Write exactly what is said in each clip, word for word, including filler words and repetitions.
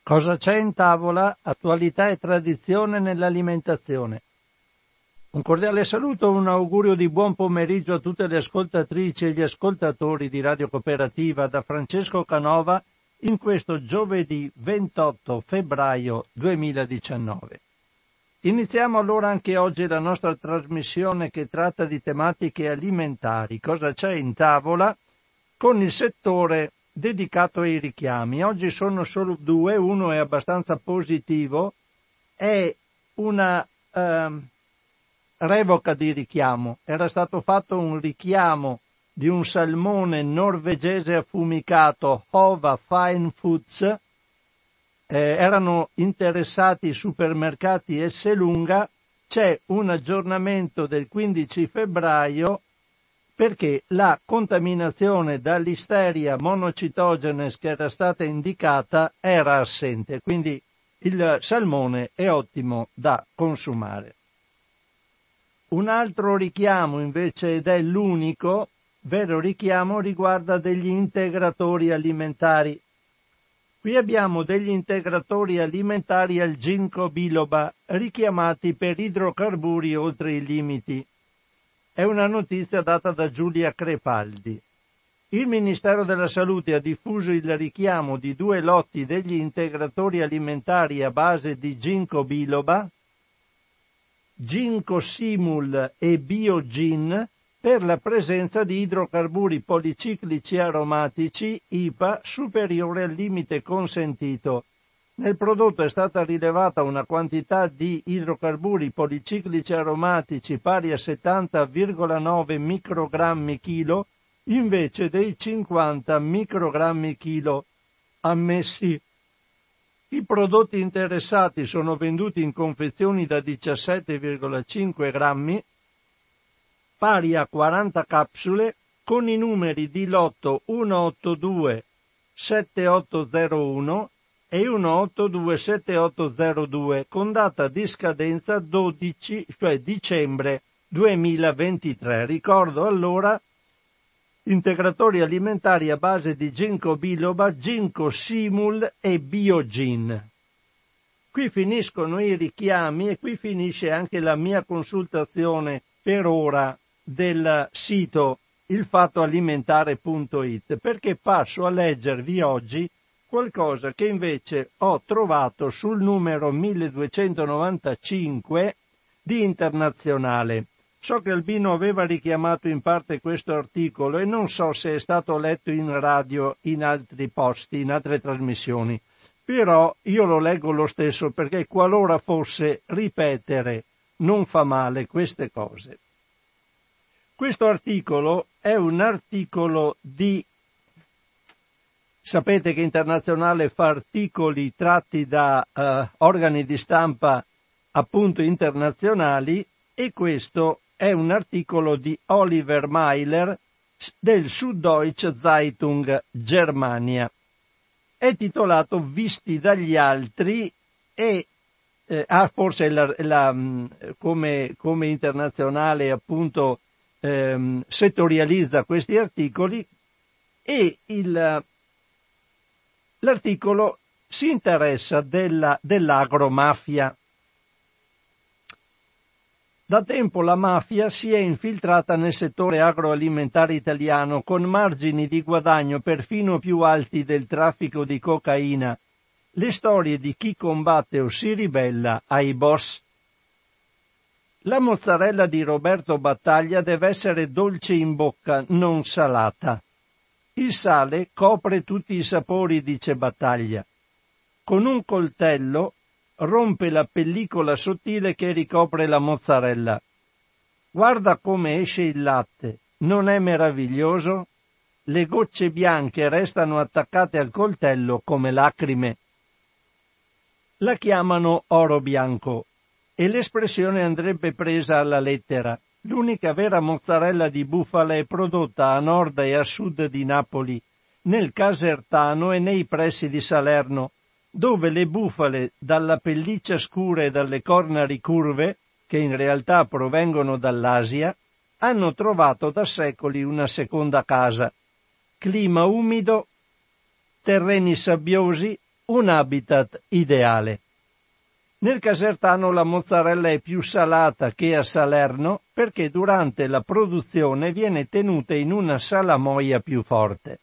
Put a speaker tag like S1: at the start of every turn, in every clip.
S1: Cosa c'è in tavola? Attualità e tradizione nell'alimentazione. Un cordiale saluto, un augurio di buon pomeriggio a tutte le ascoltatrici e gli ascoltatori di Radio Cooperativa da Francesco Canova in questo giovedì ventotto febbraio duemiladiciannove. Iniziamo allora anche oggi la nostra trasmissione che tratta di tematiche alimentari. Cosa c'è in tavola? Con il settore dedicato ai richiami. Oggi sono solo due, uno è abbastanza positivo, è una eh, revoca di richiamo. Era stato fatto un richiamo di un salmone norvegese affumicato, Hova Fine Foods, eh, erano interessati i supermercati Esselunga, c'è un aggiornamento del quindici febbraio perché la contaminazione da Listeria monocitogenes che era stata indicata era assente, quindi il salmone è ottimo da consumare. Un altro richiamo invece, ed è l'unico vero richiamo, riguarda degli integratori alimentari. Qui abbiamo degli integratori alimentari al ginkgo biloba, richiamati per idrocarburi oltre i limiti. È una notizia data da Giulia Crepaldi. Il Ministero della Salute ha diffuso il richiamo di due lotti degli integratori alimentari a base di ginkgo biloba, Ginkgo Simul e Biogin, per la presenza di idrocarburi policiclici aromatici I P A superiore al limite consentito. Nel prodotto è stata rilevata una quantità di idrocarburi policiclici aromatici pari a settanta virgola nove microgrammi chilo invece dei cinquanta microgrammi chilo ammessi. I prodotti interessati sono venduti in confezioni da diciassette virgola cinque grammi, pari a quaranta capsule, con i numeri di lotto centottantadue settantotto e centottantadue settantotto con data di scadenza dodici, cioè dicembre duemilaventitré. Ricordo allora integratori alimentari a base di ginkgo biloba, Ginkgo Simul e Biogin. Qui finiscono i richiami e qui finisce anche la mia consultazione per ora del sito ilfattoalimentare punto it, perché passo a leggervi oggi qualcosa che invece ho trovato sul numero milleduecentonovantacinque di Internazionale. So che Albino aveva richiamato in parte questo articolo e non so se è stato letto in radio in altri posti, in altre trasmissioni, però io lo leggo lo stesso perché qualora fosse ripetere non fa male queste cose. Questo articolo è un articolo di... Sapete che Internazionale fa articoli tratti da uh, organi di stampa appunto internazionali e questo è un articolo di Oliver Meiler del Süddeutsche Zeitung Germania. È titolato Visti dagli altri e eh, ah, forse la, la, come, come Internazionale appunto ehm, settorializza questi articoli e il L'articolo si interessa della, dell'agromafia. Da tempo la mafia si è infiltrata nel settore agroalimentare italiano con margini di guadagno perfino più alti del traffico di cocaina. Le storie di chi combatte o si ribella ai boss. La mozzarella di Roberto Battaglia deve essere dolce in bocca, non salata. Il sale copre tutti i sapori, dice Battaglia. Con un coltello rompe la pellicola sottile che ricopre la mozzarella. Guarda come esce il latte, non è meraviglioso? Le gocce bianche restano attaccate al coltello come lacrime. La chiamano oro bianco e l'espressione andrebbe presa alla lettera. L'unica vera mozzarella di bufala è prodotta a nord e a sud di Napoli, nel Casertano e nei pressi di Salerno, dove le bufale dalla pelliccia scura e dalle corna ricurve, che in realtà provengono dall'Asia, hanno trovato da secoli una seconda casa. Clima umido, terreni sabbiosi, un habitat ideale. Nel Casertano la mozzarella è più salata che a Salerno perché durante la produzione viene tenuta in una salamoia più forte.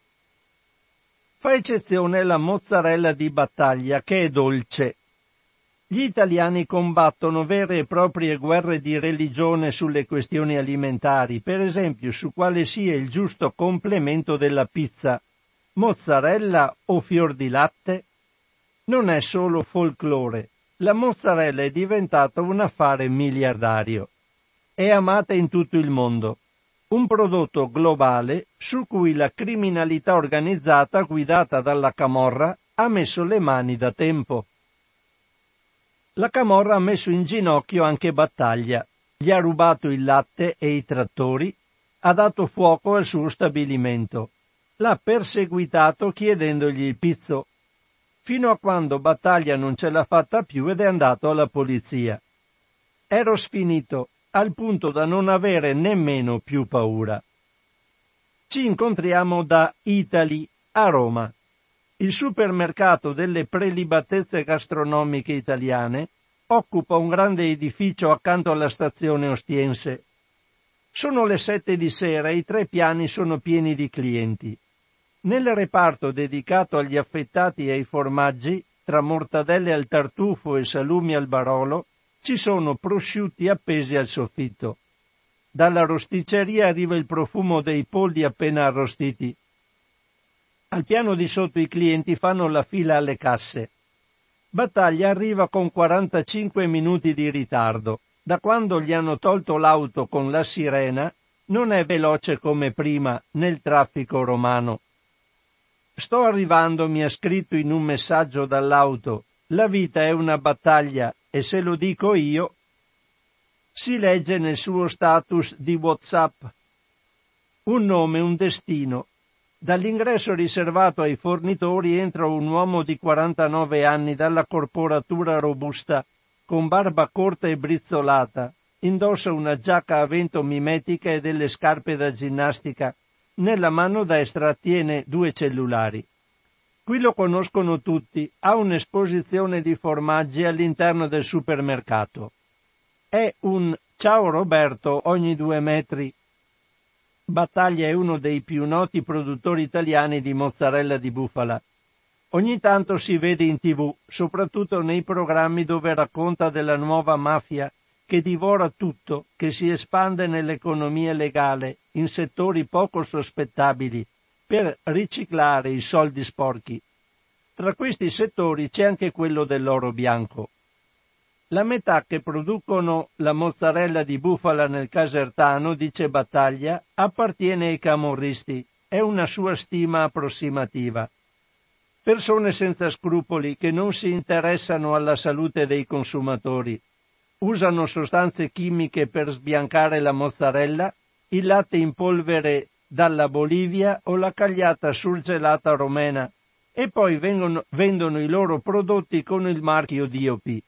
S1: Fa eccezione la mozzarella di Battaglia, che è dolce. Gli italiani combattono vere e proprie guerre di religione sulle questioni alimentari, per esempio su quale sia il giusto complemento della pizza, mozzarella o fior di latte? Non è solo folklore. La mozzarella è diventata un affare miliardario. È amata in tutto il mondo. Un prodotto globale su cui la criminalità organizzata guidata dalla Camorra ha messo le mani da tempo. La Camorra ha messo in ginocchio anche Battaglia, gli ha rubato il latte e i trattori, ha dato fuoco al suo stabilimento, l'ha perseguitato chiedendogli il pizzo, fino a quando Battaglia non ce l'ha fatta più ed è andato alla polizia. Ero sfinito, al punto da non avere nemmeno più paura. Ci incontriamo da Italy, a Roma. Il supermercato delle prelibatezze gastronomiche italiane occupa un grande edificio accanto alla stazione Ostiense. Sono le sette di sera e i tre piani sono pieni di clienti. Nel reparto dedicato agli affettati e ai formaggi, tra mortadelle al tartufo e salumi al Barolo, ci sono prosciutti appesi al soffitto. Dalla rosticceria arriva il profumo dei polli appena arrostiti. Al piano di sotto i clienti fanno la fila alle casse. Battaglia arriva con quarantacinque minuti di ritardo. Da quando gli hanno tolto l'auto con la sirena, non è veloce come prima nel traffico romano. Sto arrivando, mi ha scritto in un messaggio dall'auto. La vita è una battaglia e se lo dico io, si legge nel suo status di WhatsApp. Un nome, un destino. Dall'ingresso riservato ai fornitori entra un uomo di quarantanove anni dalla corporatura robusta, con barba corta e brizzolata, indossa una giacca a vento mimetica e delle scarpe da ginnastica. Nella mano destra tiene due cellulari. Qui lo conoscono tutti, ha un'esposizione di formaggi all'interno del supermercato. È un ciao Roberto ogni due metri. Battaglia è uno dei più noti produttori italiani di mozzarella di bufala. Ogni tanto si vede in tivù, soprattutto nei programmi dove racconta della nuova mafia che divora tutto, che si espande nell'economia legale in settori poco sospettabili per riciclare i soldi sporchi. Tra questi settori c'è anche quello dell'oro bianco. La metà che producono la mozzarella di bufala nel Casertano, dice Battaglia, appartiene ai camorristi, è una sua stima approssimativa. Persone senza scrupoli che non si interessano alla salute dei consumatori. Usano sostanze chimiche per sbiancare la mozzarella, il latte in polvere dalla Bolivia o la cagliata surgelata romena e poi vengono, vendono i loro prodotti con il marchio D O P.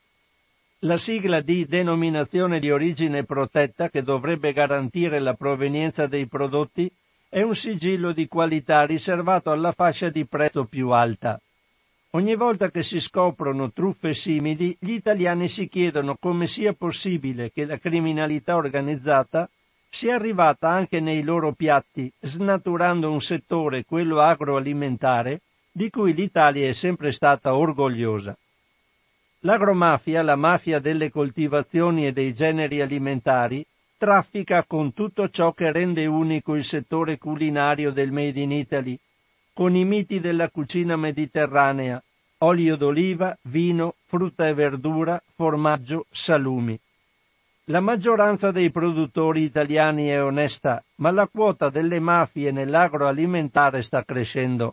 S1: La sigla di denominazione di origine protetta che dovrebbe garantire la provenienza dei prodotti è un sigillo di qualità riservato alla fascia di prezzo più alta. Ogni volta che si scoprono truffe simili, gli italiani si chiedono come sia possibile che la criminalità organizzata sia arrivata anche nei loro piatti, snaturando un settore, quello agroalimentare, di cui l'Italia è sempre stata orgogliosa. L'agromafia, la mafia delle coltivazioni e dei generi alimentari, traffica con tutto ciò che rende unico il settore culinario del Made in Italy, con i miti della cucina mediterranea, olio d'oliva, vino, frutta e verdura, formaggio, salumi. La maggioranza dei produttori italiani è onesta, ma la quota delle mafie nell'agroalimentare sta crescendo.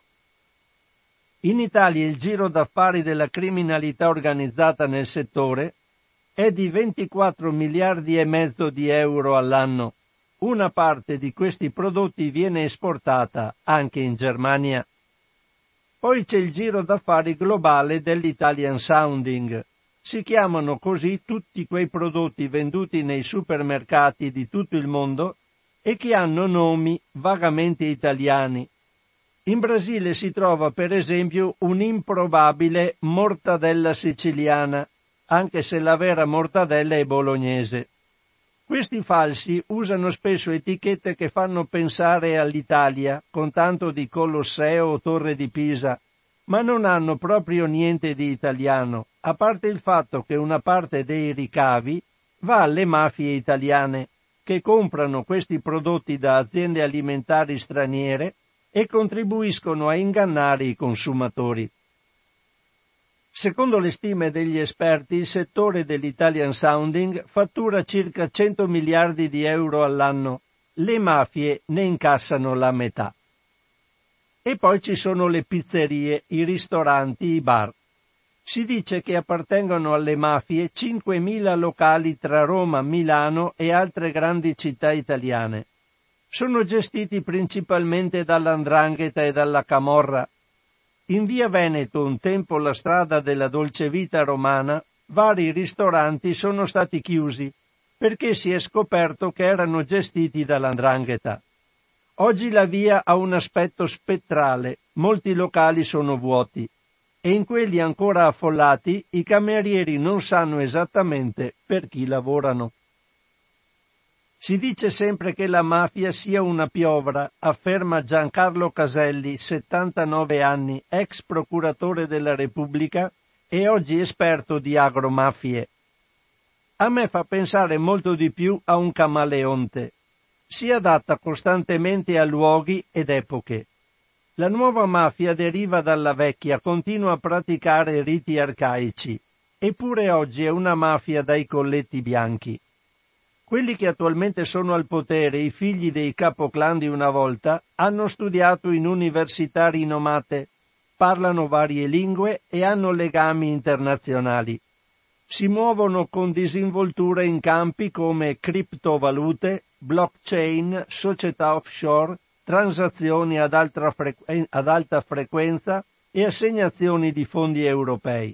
S1: In Italia il giro d'affari della criminalità organizzata nel settore è di ventiquattro miliardi e mezzo di euro all'anno. Una parte di questi prodotti viene esportata anche in Germania. Poi c'è il giro d'affari globale dell'Italian Sounding. Si chiamano così tutti quei prodotti venduti nei supermercati di tutto il mondo e che hanno nomi vagamente italiani. In Brasile si trova per esempio un'improbabile mortadella siciliana, anche se la vera mortadella è bolognese. Questi falsi usano spesso etichette che fanno pensare all'Italia, con tanto di Colosseo o Torre di Pisa, ma non hanno proprio niente di italiano, a parte il fatto che una parte dei ricavi va alle mafie italiane, che comprano questi prodotti da aziende alimentari straniere e contribuiscono a ingannare i consumatori. Secondo le stime degli esperti, il settore dell'Italian Sounding fattura circa cento miliardi di euro all'anno. Le mafie ne incassano la metà. E poi ci sono le pizzerie, i ristoranti, i bar. Si dice che appartengono alle mafie cinquemila locali tra Roma, Milano e altre grandi città italiane. Sono gestiti principalmente dall'Andrangheta e dalla Camorra. In via Veneto, un tempo la strada della dolce vita romana, vari ristoranti sono stati chiusi perché si è scoperto che erano gestiti dall'Andrangheta. Oggi la via ha un aspetto spettrale, molti locali sono vuoti e in quelli ancora affollati i camerieri non sanno esattamente per chi lavorano. Si dice sempre che la mafia sia una piovra, afferma Giancarlo Caselli, settantanove anni, ex procuratore della Repubblica e oggi esperto di agromafie. A me fa pensare molto di più a un camaleonte. Si adatta costantemente a luoghi ed epoche. La nuova mafia deriva dalla vecchia, continua a praticare riti arcaici, eppure oggi è una mafia dai colletti bianchi. Quelli che attualmente sono al potere, i figli dei capoclan di una volta, hanno studiato in università rinomate, parlano varie lingue e hanno legami internazionali. Si muovono con disinvoltura in campi come criptovalute, blockchain, società offshore, transazioni ad alta, frequ- ad alta frequenza e assegnazioni di fondi europei.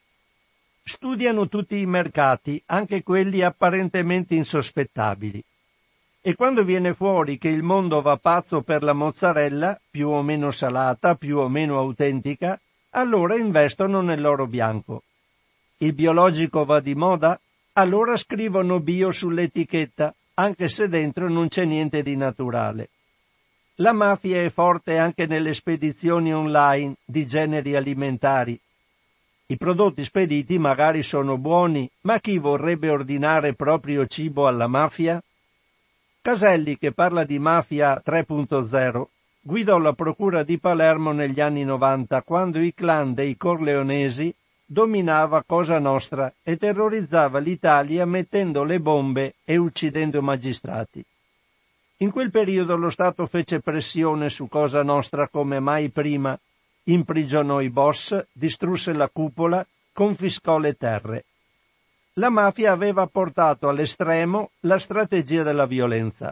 S1: Studiano tutti i mercati, anche quelli apparentemente insospettabili. E quando viene fuori che il mondo va pazzo per la mozzarella, più o meno salata, più o meno autentica, allora investono nell'oro bianco. Il biologico va di moda? Allora scrivono bio sull'etichetta, anche se dentro non c'è niente di naturale. La mafia è forte anche nelle spedizioni online di generi alimentari. I prodotti spediti magari sono buoni, ma chi vorrebbe ordinare proprio cibo alla mafia? Caselli, che parla di mafia tre punto zero, guidò la procura di Palermo negli anni novanta, quando i clan dei Corleonesi dominava Cosa Nostra e terrorizzava l'Italia mettendo le bombe e uccidendo magistrati. In quel periodo lo Stato fece pressione su Cosa Nostra come mai prima, imprigionò i boss, distrusse la cupola, confiscò le terre. La mafia aveva portato all'estremo la strategia della violenza.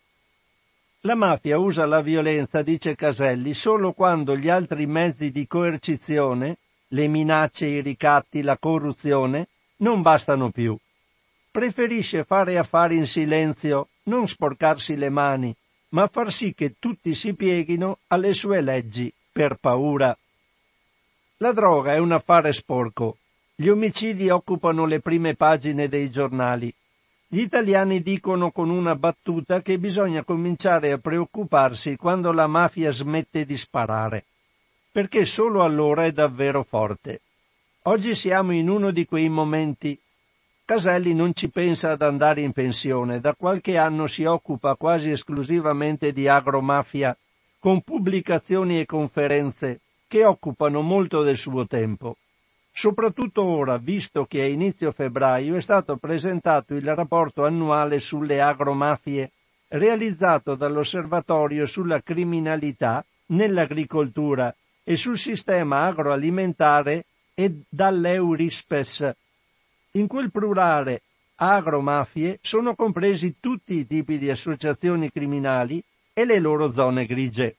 S1: La mafia usa la violenza, dice Caselli, solo quando gli altri mezzi di coercizione, le minacce, i ricatti, la corruzione, non bastano più. Preferisce fare affari in silenzio, non sporcarsi le mani, ma far sì che tutti si pieghino alle sue leggi per paura. La droga è un affare sporco. Gli omicidi occupano le prime pagine dei giornali. Gli italiani dicono con una battuta che bisogna cominciare a preoccuparsi quando la mafia smette di sparare, perché solo allora è davvero forte. Oggi siamo in uno di quei momenti. Caselli non ci pensa ad andare in pensione, da qualche anno si occupa quasi esclusivamente di agromafia, con pubblicazioni e conferenze che occupano molto del suo tempo. Soprattutto ora, visto che a inizio febbraio è stato presentato il rapporto annuale sulle agromafie, realizzato dall'Osservatorio sulla criminalità nell'agricoltura e sul sistema agroalimentare e dall'Eurispes. In quel plurale agromafie sono compresi tutti i tipi di associazioni criminali e le loro zone grigie.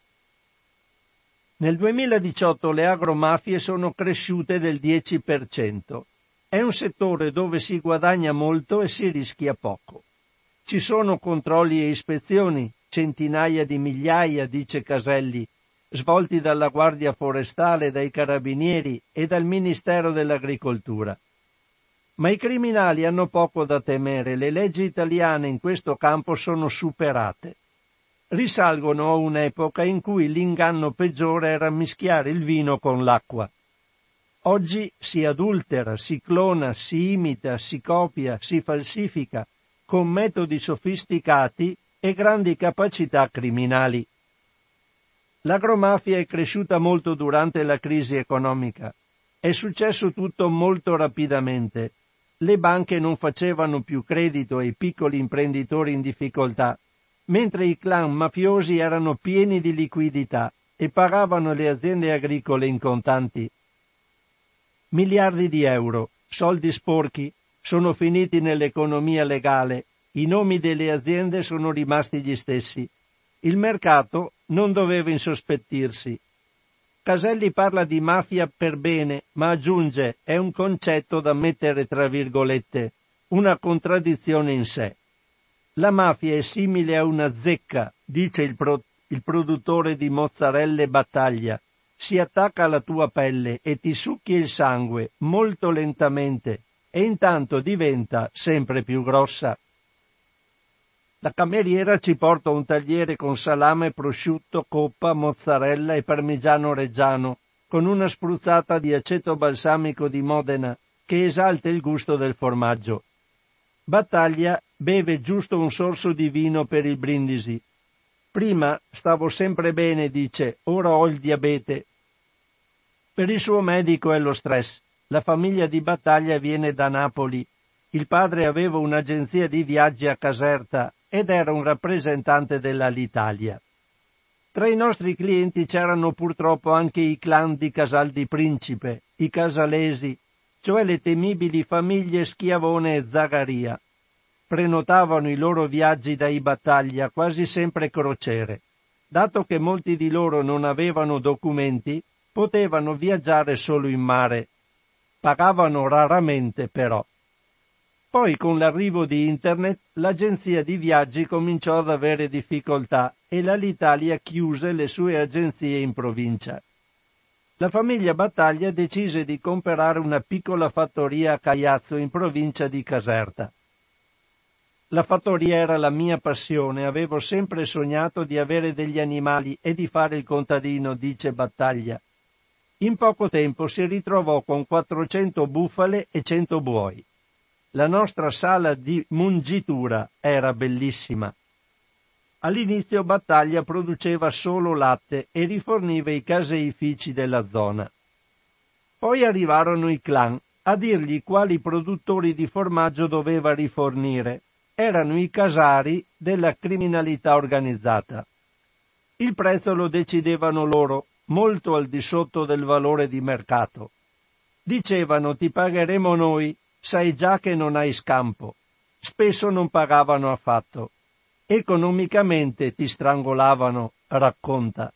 S1: Nel duemiladiciotto le agromafie sono cresciute del dieci per cento. È un settore dove si guadagna molto e si rischia poco. Ci sono controlli e ispezioni, centinaia di migliaia, dice Caselli, svolti dalla Guardia Forestale, dai Carabinieri e dal Ministero dell'Agricoltura. Ma i criminali hanno poco da temere, le leggi italiane in questo campo sono superate. Risalgono a un'epoca in cui l'inganno peggiore era mischiare il vino con l'acqua. Oggi si adultera, si clona, si imita, si copia, si falsifica, con metodi sofisticati e grandi capacità criminali. L'agromafia è cresciuta molto durante la crisi economica. È successo tutto molto rapidamente. Le banche non facevano più credito ai piccoli imprenditori in difficoltà, mentre i clan mafiosi erano pieni di liquidità e pagavano le aziende agricole in contanti. Miliardi di euro, soldi sporchi, sono finiti nell'economia legale, i nomi delle aziende sono rimasti gli stessi. Il mercato non doveva insospettirsi. Caselli parla di mafia per bene, ma aggiunge è un concetto da mettere tra virgolette, una contraddizione in sé. La mafia è simile a una zecca, dice il, pro, il produttore di mozzarelle Battaglia. Si attacca alla tua pelle e ti succhia il sangue molto lentamente e intanto diventa sempre più grossa. La cameriera ci porta un tagliere con salame, prosciutto, coppa, mozzarella e parmigiano reggiano, con una spruzzata di aceto balsamico di Modena che esalta il gusto del formaggio. Battaglia beve giusto un sorso di vino per il brindisi. Prima stavo sempre bene, dice, ora ho il diabete. Per il suo medico è lo stress. La famiglia di Battaglia viene da Napoli. Il padre aveva un'agenzia di viaggi a Caserta ed era un rappresentante dell'Alitalia. Tra i nostri clienti c'erano purtroppo anche i clan di Casal di Principe, i casalesi, cioè le temibili famiglie Schiavone e Zagaria. Prenotavano i loro viaggi dai Battaglia, quasi sempre crociere. Dato che molti di loro non avevano documenti, potevano viaggiare solo in mare. Pagavano raramente però. Poi con l'arrivo di Internet l'agenzia di viaggi cominciò ad avere difficoltà e l'Alitalia chiuse le sue agenzie in provincia. La famiglia Battaglia decise di comprare una piccola fattoria a Caiazzo in provincia di Caserta. La fattoria era la mia passione, avevo sempre sognato di avere degli animali e di fare il contadino, dice Battaglia. In poco tempo si ritrovò con quattrocento bufale e cento buoi. La nostra sala di mungitura era bellissima. All'inizio Battaglia produceva solo latte e riforniva i caseifici della zona. Poi arrivarono i clan a dirgli quali produttori di formaggio doveva rifornire. Erano i casari della criminalità organizzata. Il prezzo lo decidevano loro, molto al di sotto del valore di mercato. Dicevano ti pagheremo noi, sai già che non hai scampo. Spesso non pagavano affatto. Economicamente ti strangolavano, racconta.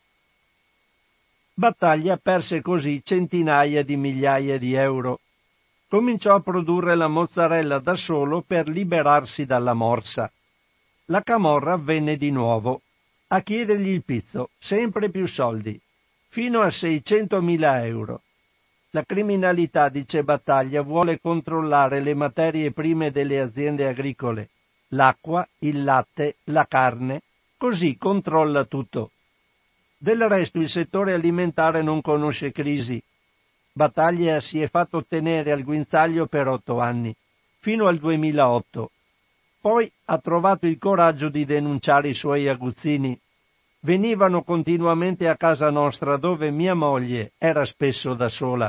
S1: Battaglia perse così centinaia di migliaia di euro. Cominciò a produrre la mozzarella da solo per liberarsi dalla morsa. La camorra venne di nuovo a chiedergli il pizzo, sempre più soldi, fino a seicentomila euro. La criminalità, dice Battaglia, vuole controllare le materie prime delle aziende agricole, l'acqua, il latte, la carne, così controlla tutto. Del resto il settore alimentare non conosce crisi. Battaglia si è fatto tenere al guinzaglio per otto anni, fino al duemilaotto. Poi ha trovato il coraggio di denunciare i suoi aguzzini. Venivano continuamente a casa nostra dove mia moglie era spesso da sola.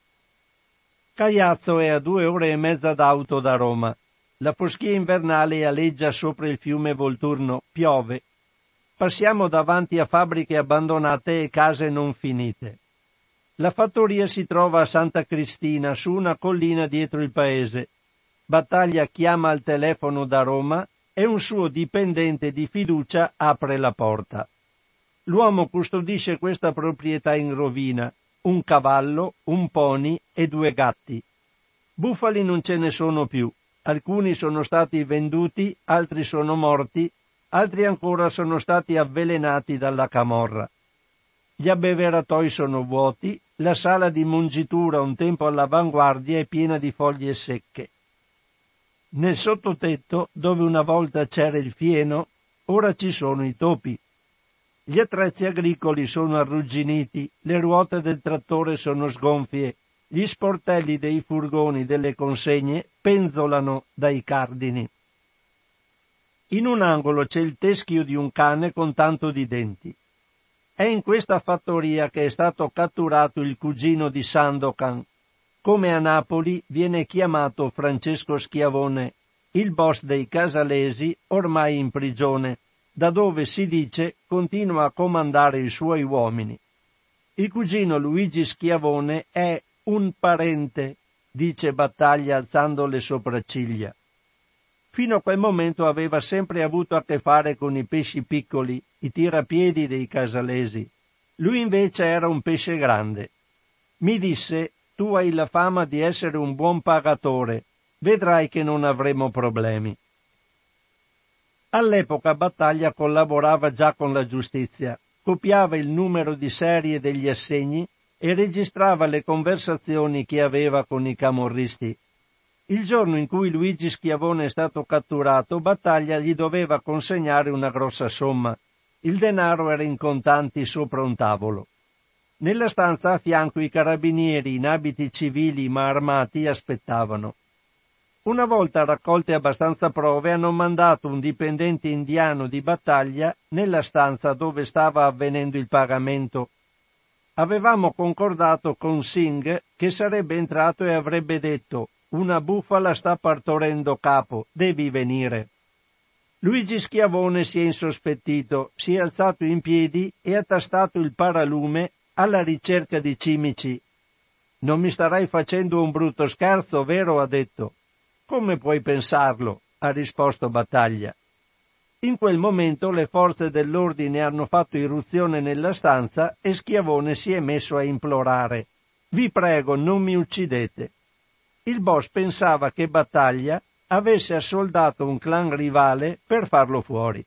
S1: Caiazzo è a due ore e mezza d'auto da Roma. La foschia invernale aleggia sopra il fiume Volturno, piove. Passiamo davanti a fabbriche abbandonate e case non finite. La fattoria si trova a Santa Cristina, su una collina dietro il paese. Battaglia chiama al telefono da Roma e un suo dipendente di fiducia apre la porta. L'uomo custodisce questa proprietà in rovina, un cavallo, un pony e due gatti. Bufali non ce ne sono più, alcuni sono stati venduti, altri sono morti, altri ancora sono stati avvelenati dalla camorra. gli abbeveratoi sono vuoti, la sala di mungitura un tempo all'avanguardia è piena di foglie secche. Nel sottotetto, dove una volta c'era il fieno, ora ci sono i topi. Gli attrezzi agricoli sono arrugginiti, le ruote del trattore sono sgonfie, gli sportelli dei furgoni delle consegne penzolano dai cardini. In un angolo c'è il teschio di un cane con tanto di denti. È in questa fattoria che è stato catturato il cugino di Sandokan. Come a Napoli viene chiamato Francesco Schiavone, il boss dei Casalesi, ormai in prigione, da dove si dice continua a comandare i suoi uomini. Il cugino Luigi Schiavone è un parente, dice Battaglia alzando le sopracciglia. Fino a quel momento aveva sempre avuto a che fare con i pesci piccoli, i tirapiedi dei Casalesi. Lui invece era un pesce grande. Mi disse: tu hai la fama di essere un buon pagatore, vedrai che non avremo problemi. All'epoca Battaglia collaborava già con la giustizia, copiava il numero di serie degli assegni e registrava le conversazioni che aveva con i camorristi. Il giorno in cui Luigi Schiavone è stato catturato, Battaglia gli doveva consegnare una grossa somma. Il denaro era in contanti sopra un tavolo. Nella stanza a fianco i carabinieri in abiti civili ma armati aspettavano. Una volta raccolte abbastanza prove, hanno mandato un dipendente indiano di Battaglia nella stanza dove stava avvenendo il pagamento. Avevamo concordato con Singh che sarebbe entrato e avrebbe detto: una bufala sta partorendo capo, devi venire. Luigi Schiavone si è insospettito, si è alzato in piedi e ha tastato il paralume alla ricerca di cimici. Non mi starai facendo un brutto scherzo, vero? Ha detto. Come puoi pensarlo? Ha risposto Battaglia. In quel momento le forze dell'ordine hanno fatto irruzione nella stanza e Schiavone si è messo a implorare: vi prego, non mi uccidete. Il boss pensava che Battaglia avesse assoldato un clan rivale per farlo fuori.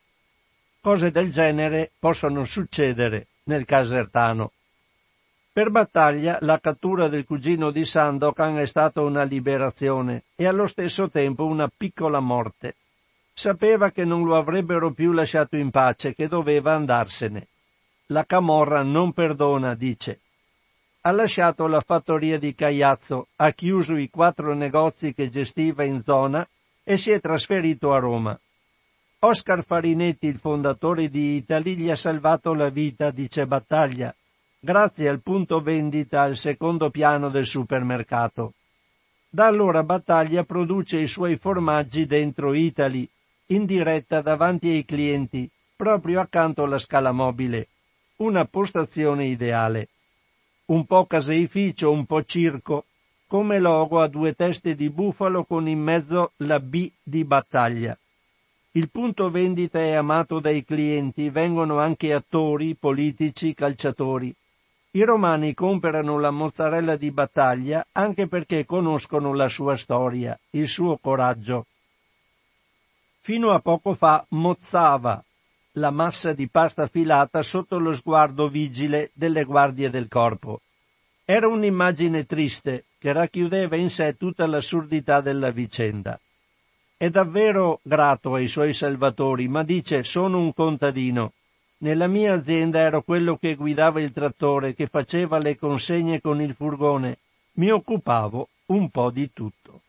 S1: Cose del genere possono succedere nel Casertano. Per Battaglia la cattura del cugino di Sandokan è stata una liberazione e allo stesso tempo una piccola morte. Sapeva che non lo avrebbero più lasciato in pace, che doveva andarsene. La camorra non perdona, dice. Ha lasciato la fattoria di Caiazzo, ha chiuso i quattro negozi che gestiva in zona e si è trasferito a Roma. Oscar Farinetti, il fondatore di Italy, gli ha salvato la vita, dice Battaglia, grazie al punto vendita al secondo piano del supermercato. Da allora Battaglia produce i suoi formaggi dentro Italy, in diretta davanti ai clienti, proprio accanto alla scala mobile. Una postazione ideale. Un po' caseificio, un po' circo, come logo a due teste di bufalo con in mezzo la B di Battaglia. Il punto vendita è amato dai clienti, vengono anche attori, politici, calciatori. I romani comprano la mozzarella di Battaglia anche perché conoscono la sua storia, il suo coraggio. Fino a poco fa mozzava la massa di pasta filata sotto lo sguardo vigile delle guardie del corpo. Era un'immagine triste che racchiudeva in sé tutta l'assurdità della vicenda. È davvero grato ai suoi salvatori, ma dice: sono un contadino. Nella mia azienda ero quello che guidava il trattore, che faceva le consegne con il furgone. Mi occupavo un po' di tutto.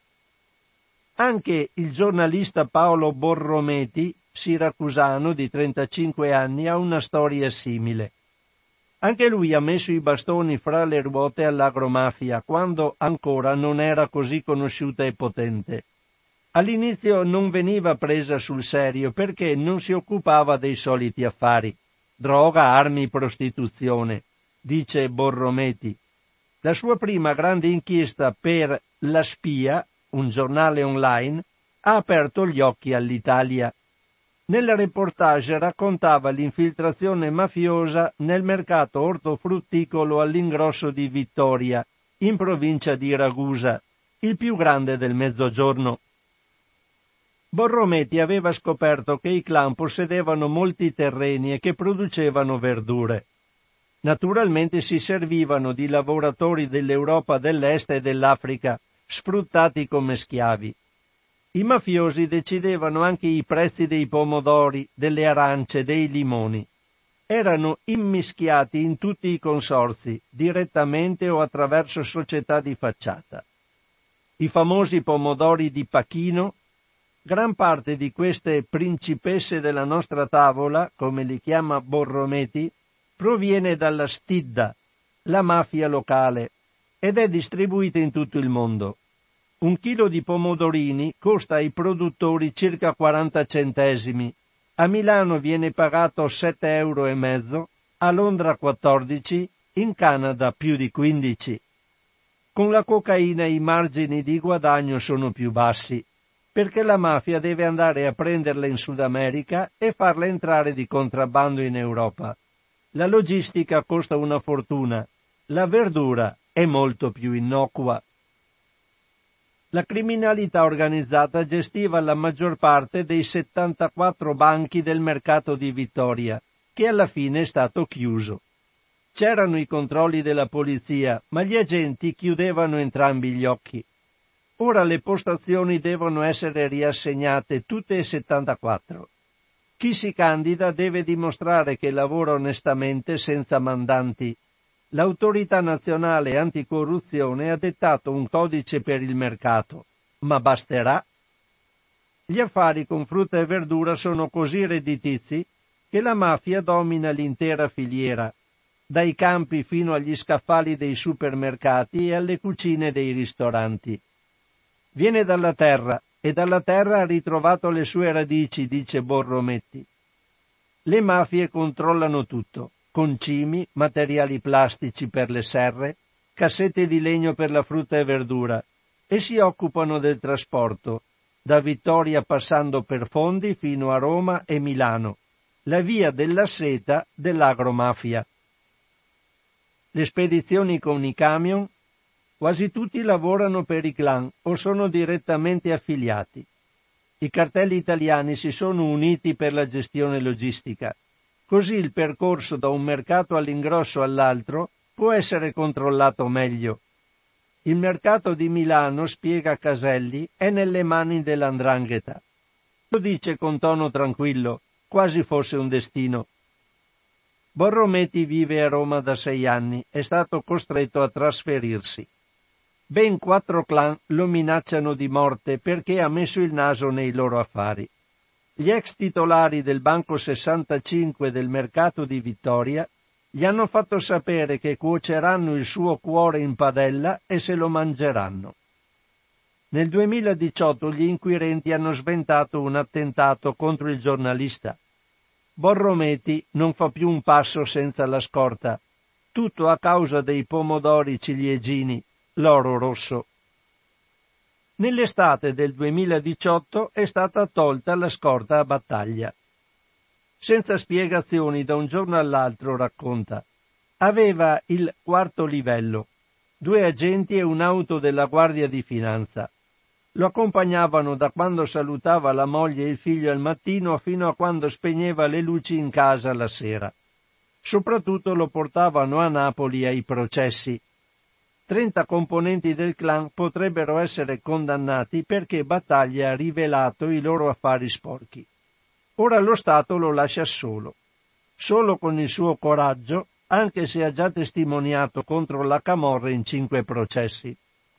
S1: Anche il giornalista Paolo Borrometi, siracusano di trentacinque anni, ha una storia simile. Anche lui ha messo i bastoni fra le ruote all'agromafia, quando ancora non era così conosciuta e potente. All'inizio non veniva presa sul serio perché non si occupava dei soliti affari. Droga, armi, prostituzione, dice Borrometi. La sua prima grande inchiesta per La Spia, un giornale online, ha aperto gli occhi all'Italia. Nel reportage raccontava l'infiltrazione mafiosa nel mercato ortofrutticolo all'ingrosso di Vittoria, in provincia di Ragusa, il più grande del Mezzogiorno. Borrometi aveva scoperto che i clan possedevano molti terreni e che producevano verdure. Naturalmente si servivano di lavoratori dell'Europa dell'Est e dell'Africa, sfruttati come schiavi. I mafiosi decidevano anche i prezzi dei pomodori, delle arance, dei limoni. Erano immischiati in tutti i consorzi, direttamente o attraverso società di facciata. I famosi pomodori di Pachino, gran parte di queste principesse della nostra tavola, come li chiama Borrometi, proviene dalla Stidda, la mafia locale, ed è distribuita in tutto il mondo. Un chilo di pomodorini costa ai produttori circa quaranta centesimi. A Milano viene pagato sette euro e mezzo, a Londra quattordici, in Canada più di quindici. Con la cocaina i margini di guadagno sono più bassi, perché la mafia deve andare a prenderla in Sud America e farla entrare di contrabbando in Europa. La logistica costa una fortuna, la verdura è molto più innocua. La criminalità organizzata gestiva la maggior parte dei settantaquattro banchi del mercato di Vittoria, che alla fine è stato chiuso. C'erano i controlli della polizia, ma gli agenti chiudevano entrambi gli occhi. Ora le postazioni devono essere riassegnate tutte e settantaquattro. Chi si candida deve dimostrare che lavora onestamente senza mandanti. L'autorità nazionale anticorruzione ha dettato un codice per il mercato, ma basterà? Gli affari con frutta e verdura sono così redditizi che la mafia domina l'intera filiera, dai campi fino agli scaffali dei supermercati e alle cucine dei ristoranti. Viene dalla terra e dalla terra ha ritrovato le sue radici, dice Borrometti. Le mafie controllano tutto. Concimi, materiali plastici per le serre, cassette di legno per la frutta e verdura, e si occupano del trasporto, da Vittoria passando per Fondi fino a Roma e Milano, la via della seta dell'agromafia. Le spedizioni con i camion, quasi tutti lavorano per i clan o sono direttamente affiliati. I cartelli italiani si sono uniti per la gestione logistica. Così il percorso da un mercato all'ingrosso all'altro può essere controllato meglio. Il mercato di Milano, spiega Caselli, è nelle mani dell'Andrangheta. Lo dice con tono tranquillo, quasi fosse un destino. Borrometti vive a Roma da sei anni, è stato costretto a trasferirsi. Ben quattro clan lo minacciano di morte perché ha messo il naso nei loro affari. Gli ex titolari del Banco sessantacinque del mercato di Vittoria gli hanno fatto sapere che cuoceranno il suo cuore in padella e se lo mangeranno. Nel duemiladiciotto gli inquirenti hanno sventato un attentato contro il giornalista. Borrometti non fa più un passo senza la scorta, tutto a causa dei pomodori ciliegini, l'oro rosso. Nell'estate del duemiladiciotto è stata tolta la scorta a Battaglia. Senza spiegazioni da un giorno all'altro, racconta. Aveva il quarto livello, due agenti e un'auto della Guardia di Finanza. Lo accompagnavano da quando salutava la moglie e il figlio al mattino fino a quando spegneva le luci in casa la sera. Soprattutto lo portavano a Napoli ai processi. Trenta componenti del clan potrebbero essere condannati perché Battaglia ha rivelato i loro affari sporchi. Ora lo Stato lo lascia solo. Solo con il suo coraggio, anche se ha già testimoniato contro la Camorra in cinque processi.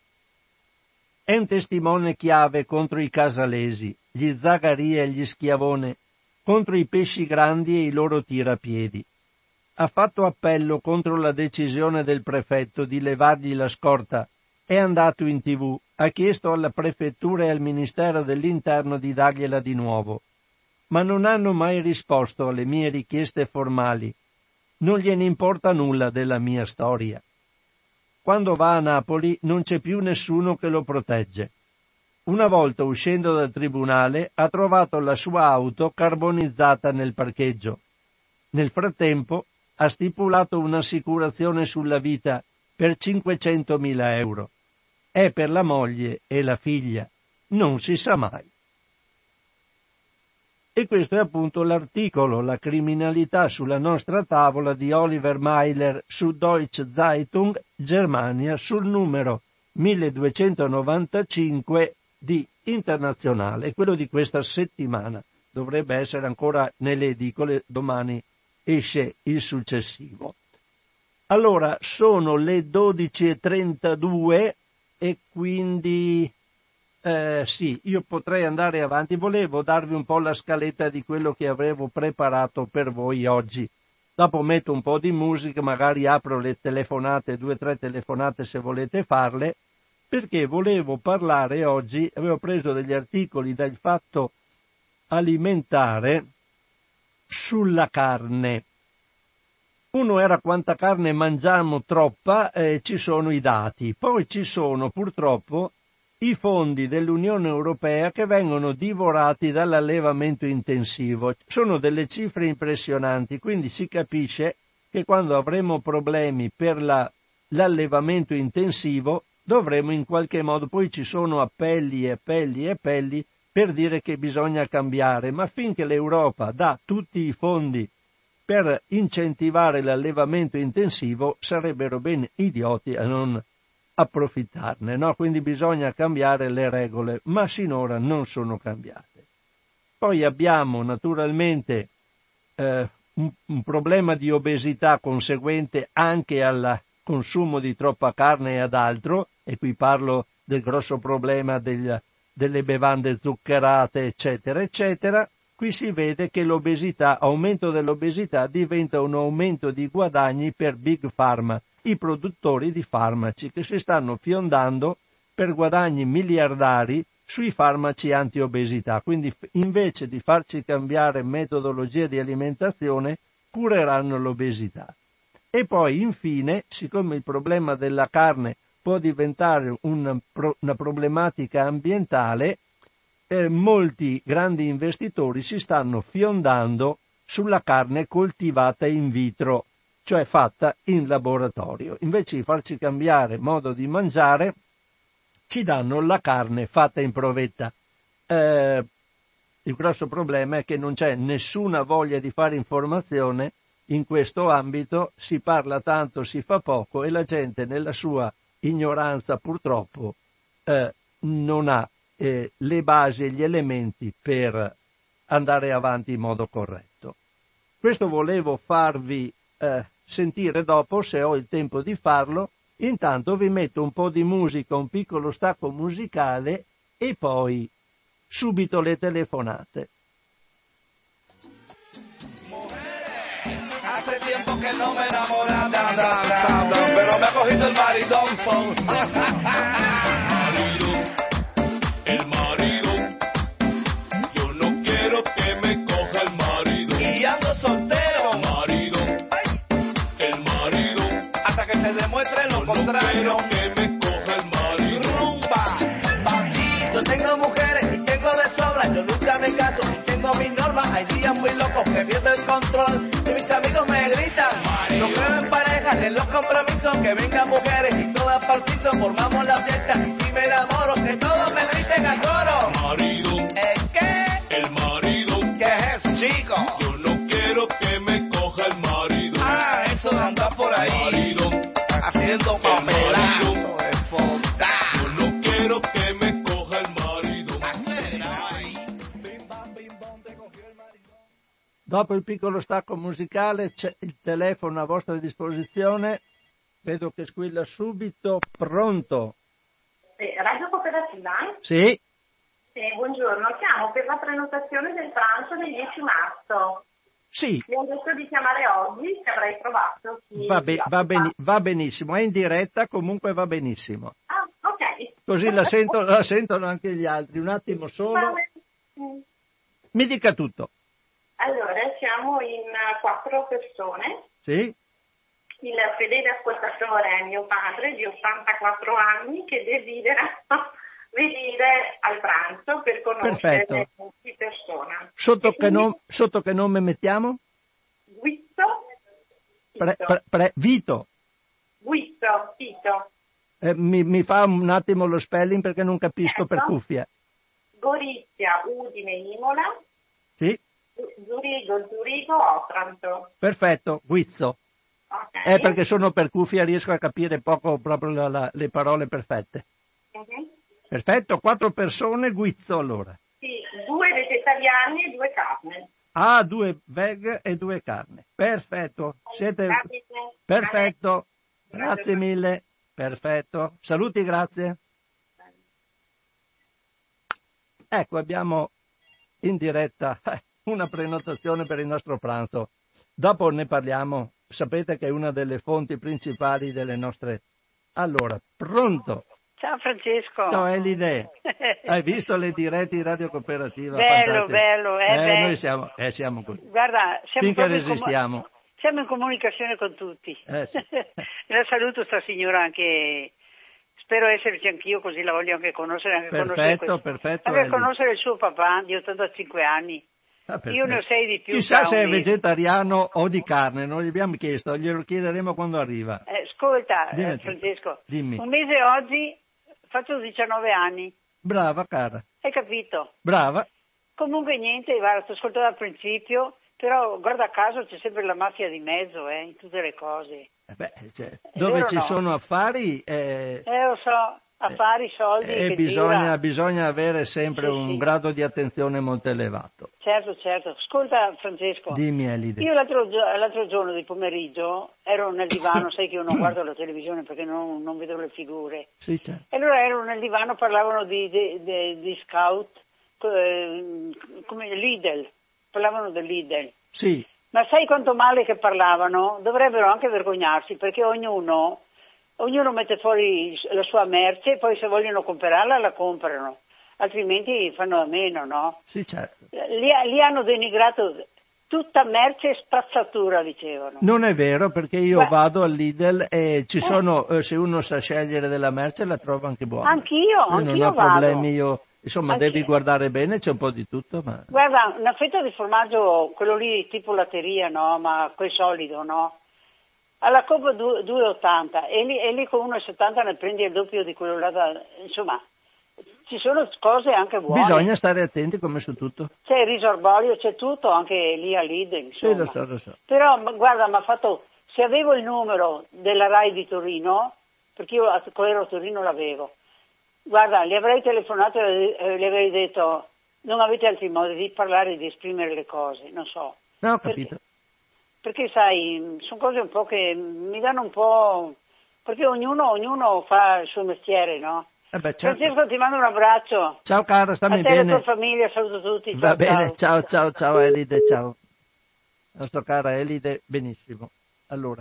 S1: È un testimone chiave contro i casalesi, gli Zagaria e gli Schiavone, contro i pesci grandi e i loro tirapiedi. Ha fatto appello contro la decisione del prefetto di levargli la scorta, è andato in tivù, ha chiesto alla prefettura e al Ministero dell'Interno di dargliela di nuovo, ma non hanno mai risposto alle mie richieste formali. Non gliene importa nulla della mia storia. Quando va a Napoli non c'è più nessuno che lo protegge. Una volta uscendo dal tribunale ha trovato la sua auto carbonizzata nel parcheggio. Nel frattempo ha stipulato un'assicurazione sulla vita per cinquecentomila euro. È per la moglie e la figlia. Non si sa mai. E questo è appunto l'articolo La criminalità sulla nostra tavola di Oliver Meiler su Deutsche Zeitung, Germania, sul numero milleduecentonovantacinque di Internazionale, quello di questa settimana. Dovrebbe essere ancora nelle edicole, domani esce il successivo. Allora, sono le dodici e trentadue e quindi eh, sì, io potrei andare avanti. Volevo darvi un po' la scaletta di quello che avevo preparato per voi oggi. Dopo metto un po' di musica, magari apro le telefonate, due o tre telefonate se volete farle, perché volevo parlare oggi, avevo preso degli articoli dal Fatto Alimentare sulla carne. Uno era quanta carne mangiamo troppa, eh, ci sono i dati. Poi ci sono purtroppo i fondi dell'Unione Europea che vengono divorati dall'allevamento intensivo. Sono delle cifre impressionanti, quindi si capisce che quando avremo problemi per la, l'allevamento intensivo dovremo in qualche modo, poi ci sono appelli e appelli e appelli per dire che bisogna cambiare, ma finché l'Europa dà tutti i fondi per incentivare l'allevamento intensivo sarebbero ben idioti a non approfittarne, no? Quindi bisogna cambiare le regole, ma sinora non sono cambiate. Poi abbiamo naturalmente eh, un, un problema di obesità conseguente anche al consumo di troppa carne e ad altro, e qui parlo del grosso problema del, delle bevande zuccherate, eccetera, eccetera. Qui si vede che l'obesità, aumento dell'obesità diventa un aumento di guadagni per Big Pharma, i produttori di farmaci che si stanno fiondando per guadagni miliardari sui farmaci antiobesità. Quindi invece di farci cambiare metodologia di alimentazione, cureranno l'obesità. E poi infine, siccome il problema della carne può diventare una, una problematica ambientale, Eh, molti grandi investitori si stanno fiondando sulla carne coltivata in vitro, cioè fatta in laboratorio. Invece di farci cambiare modo di mangiare, ci danno la carne fatta in provetta. Eh, il grosso problema è che non c'è nessuna voglia di fare informazione in questo ambito, si parla tanto, si fa poco e la gente nella sua ignoranza purtroppo eh, non ha Eh, le basi e gli elementi per andare avanti in modo corretto. Questo volevo farvi eh, sentire dopo, se ho il tempo di farlo. Intanto vi metto un po' di musica, un piccolo stacco musicale e poi subito le telefonate.
S2: Hace tiempo que no me enamoraba, pero me ha cogido el maridón. Demuestre lo contrario. Que me coja el marido. Rumba, bandito. Tengo mujeres y tengo de sobra. Yo nunca me caso y tengo mis normas. Hay días muy locos que pierdo el control. Y mis amigos me gritan. Marido. No creo en parejas, en los compromisos. Que vengan mujeres y todas para el piso. Formamos la fiesta y si me enamoro, que todos me griten a coro. Marido. ¿El qué? El marido. ¿Qué es eso, chico? Yo no quiero que me coja el marido. Ah, eso de andar por ahí. Marido. Haciendo papelazo de fonda. Yo no quiero que me coja el marido.
S1: Dopo il piccolo stacco musicale c'è il telefono a vostra disposizione. Vedo che squilla subito. Pronto?
S3: Eh, Radio Cooperativa?
S1: Sì.
S3: Sì, buongiorno. Chiamo per la prenotazione del pranzo del dieci marzo.
S1: Sì.
S3: Mi hanno detto di chiamare oggi, che avrei trovato chi...
S1: Va, be- va, beni- va benissimo, è in diretta, comunque va benissimo.
S3: Ah, ok.
S1: Così la, sento- la sentono anche gli altri. Un attimo solo. Mi dica tutto.
S3: Allora, siamo in quattro persone.
S1: Sì.
S3: Il fedele ascoltatore è mio padre di ottantaquattro anni che desidera venire al pranzo per conoscere di persona.
S1: Sotto che,
S3: quindi...
S1: nom- sotto che nome mettiamo?
S3: Guizzo.
S1: Pre- pre- pre- Vito.
S3: Guizzo, Vito.
S1: Eh, mi, mi fa un attimo lo spelling perché non capisco, certo. Per cuffia.
S3: Gorizia, Udine, Imola.
S1: Sì.
S3: Zurigo, Zurigo o Otranto?
S1: Perfetto, Guizzo.
S3: Okay.
S1: Eh, perché sono per cuffia, riesco a capire poco proprio la, la, le parole perfette.
S3: Uh-huh.
S1: Perfetto, quattro persone, Guizzo allora.
S3: Sì, due vegetariani e due carne.
S1: Ah, due veg e due carne. Perfetto, siete... Perfetto, grazie mille. Perfetto, saluti, grazie. Ecco, abbiamo in diretta una prenotazione per il nostro pranzo. Dopo ne parliamo. Sapete che è una delle fonti principali delle nostre... Allora, pronto?
S4: Ciao Francesco.
S1: Ciao Elide. Hai visto le dirette di Radio Cooperativa?
S4: Bello,
S1: Fantastiche.
S4: bello. Eh,
S1: eh
S4: beh.
S1: Noi siamo, eh, siamo così.
S4: Guarda, siamo
S1: finché
S4: In
S1: resistiamo.
S4: comu- siamo in comunicazione con tutti.
S1: Eh, sì.
S4: La saluto sta signora anche... Spero esserci anch'io, così la voglio anche conoscere. Anche
S1: Perfetto,
S4: conoscere
S1: perfetto.
S4: Anche
S1: Elide.
S4: conoscere il suo papà di ottantacinque anni.
S1: Ah,
S4: io ne ho sei di più.
S1: Chissà se è
S4: un mese.
S1: vegetariano o di carne, non gli abbiamo chiesto, glielo chiederemo quando arriva.
S4: Eh, ascolta,
S1: Dimmi
S4: eh,
S1: tu.
S4: Francesco,
S1: Dimmi.
S4: un mese oggi faccio diciannove anni.
S1: Brava, cara.
S4: Hai capito?
S1: Brava.
S4: Comunque niente, guarda, ti ascolto dal principio, però guarda caso c'è sempre la mafia di mezzo, eh, in tutte le cose.
S1: Eh beh, cioè, dove
S4: vero
S1: ci
S4: no?
S1: sono affari... Eh,
S4: Eh, lo so, affari, soldi,
S1: E
S4: che
S1: bisogna,
S4: gira.
S1: bisogna avere sempre
S4: Sì,
S1: un
S4: sì.
S1: grado di attenzione molto elevato.
S4: Certo, certo. Ascolta Francesco,
S1: Dimmi Elide.
S4: io l'altro, gio- l'altro giorno di pomeriggio ero nel divano, sai che io non guardo la televisione perché non, non vedo le figure.
S1: Sì, certo.
S4: E allora ero nel divano, parlavano di, di, di, di scout, eh, come Lidl, parlavano del Lidl.
S1: Sì,
S4: Ma sai quanto male che parlavano? Dovrebbero anche vergognarsi perché ognuno, ognuno mette fuori la sua merce e poi se vogliono comprarla la comprano, altrimenti fanno a meno, no?
S1: sì, certo.
S4: Li, li hanno denigrato tutta merce e spazzatura, dicevano.
S1: Non è vero perché io
S4: Beh.
S1: vado al Lidl e ci sono, eh, se uno sa scegliere della merce la trova anche buona.
S4: Anch'io,
S1: Io
S4: anch'io
S1: non ho
S4: vado.
S1: problemi, io, insomma
S4: Anch'io.
S1: devi guardare bene, c'è un po' di tutto, ma...
S4: Guarda, una fetta di formaggio, quello lì tipo latteria, no? Ma quel solido, no? Alla coppa due e ottanta e lì, e lì con uno e settanta ne prendi il doppio di quello là, da, insomma, ci sono cose anche buone.
S1: Bisogna stare attenti come su tutto.
S4: C'è il riso arborio, c'è tutto, anche lì a Lidl, insomma.
S1: Sì, lo so, lo so.
S4: Però, ma- guarda, mi ha fatto, se avevo il numero della RAI di Torino, perché io a quello a Torino l'avevo, guarda, gli avrei telefonato e eh, gli avrei detto, non avete altri modi di parlare e di esprimere le cose, non so.
S1: No, ho capito.
S4: Perché, perché sai, sono cose un po' che mi danno un po', perché ognuno, ognuno fa il suo mestiere, no?
S1: Eh beh, certo.
S4: Francesco, ti mando un abbraccio.
S1: Ciao cara,
S4: A
S1: stammi
S4: te e alla
S1: bene.
S4: tua famiglia, saluto tutti.
S1: Va
S4: Ciao,
S1: bene, ciao,
S4: ciao.
S1: ciao, ciao Elide, ciao. La nostra cara Elide, benissimo. Allora,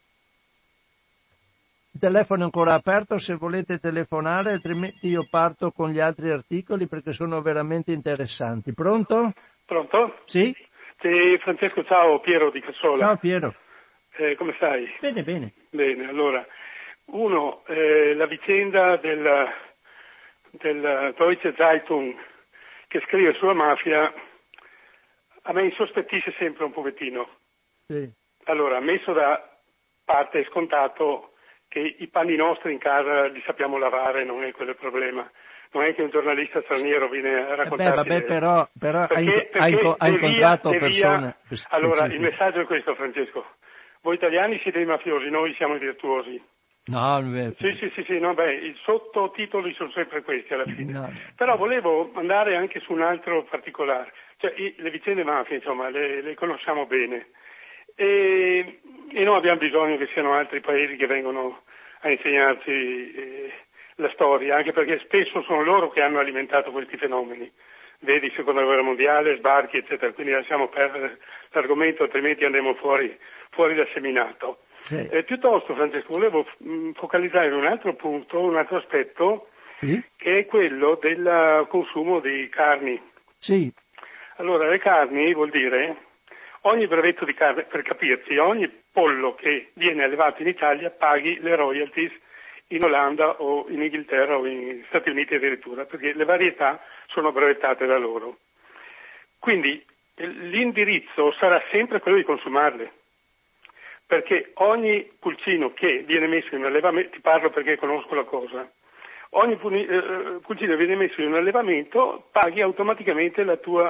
S1: il telefono è ancora aperto se volete telefonare, altrimenti io parto con gli altri articoli perché sono veramente interessanti. Pronto?
S5: Pronto?
S1: Sì?
S5: Sì, Francesco, ciao, Piero di Cassola.
S1: Ciao Piero.
S5: Eh, come stai?
S1: Bene, bene.
S5: Bene, allora, uno, eh, la vicenda del, del Deutsche Zeitung che scrive sulla mafia, a me insospettisce sempre un pochettino.
S1: Sì.
S5: Allora, messo da parte è scontato che i panni nostri in casa li sappiamo lavare, non è quello il problema. Non è che un giornalista straniero viene a
S1: Eh beh,
S5: raccontarci...
S1: vabbè,
S5: le-
S1: però, però
S5: Perché-
S1: hai, inco-
S5: perché
S1: hai inco- hai
S5: devia-
S1: incontrato
S5: devia-
S1: persone
S5: Allora,
S1: specifiche.
S5: il messaggio è questo, Francesco. Voi italiani siete i mafiosi, noi siamo i virtuosi.
S1: No, beh,
S5: Sì, sì, sì, sì, no, beh, i sottotitoli sono sempre questi alla fine.
S1: no.
S5: Però volevo andare anche su un altro particolare. Cioè, i- le vicende mafie, insomma, le, le conosciamo bene. E, e non abbiamo bisogno che siano altri paesi che vengono a insegnarci eh, la storia, anche perché spesso sono loro che hanno alimentato questi fenomeni. Vedi, seconda guerra mondiale, sbarchi, eccetera. Quindi lasciamo perdere l'argomento, altrimenti andremo fuori, fuori dal seminato.
S1: Sì.
S5: Eh, piuttosto, Francesco, volevo mh, focalizzare un altro punto, un altro aspetto,
S1: Sì?
S5: che è quello del consumo di carni.
S1: Sì,
S5: Allora, le carni vuol dire, ogni brevetto di carne, per capirci, ogni pollo che viene allevato in Italia paghi le royalties in Olanda o in Inghilterra o in Stati Uniti addirittura, perché le varietà sono brevettate da loro. Quindi eh, l'indirizzo sarà sempre quello di consumarle, perché ogni pulcino che viene messo in allevamento, ti parlo perché conosco la cosa, ogni puni- eh, pulcino che viene messo in un allevamento paghi automaticamente la tua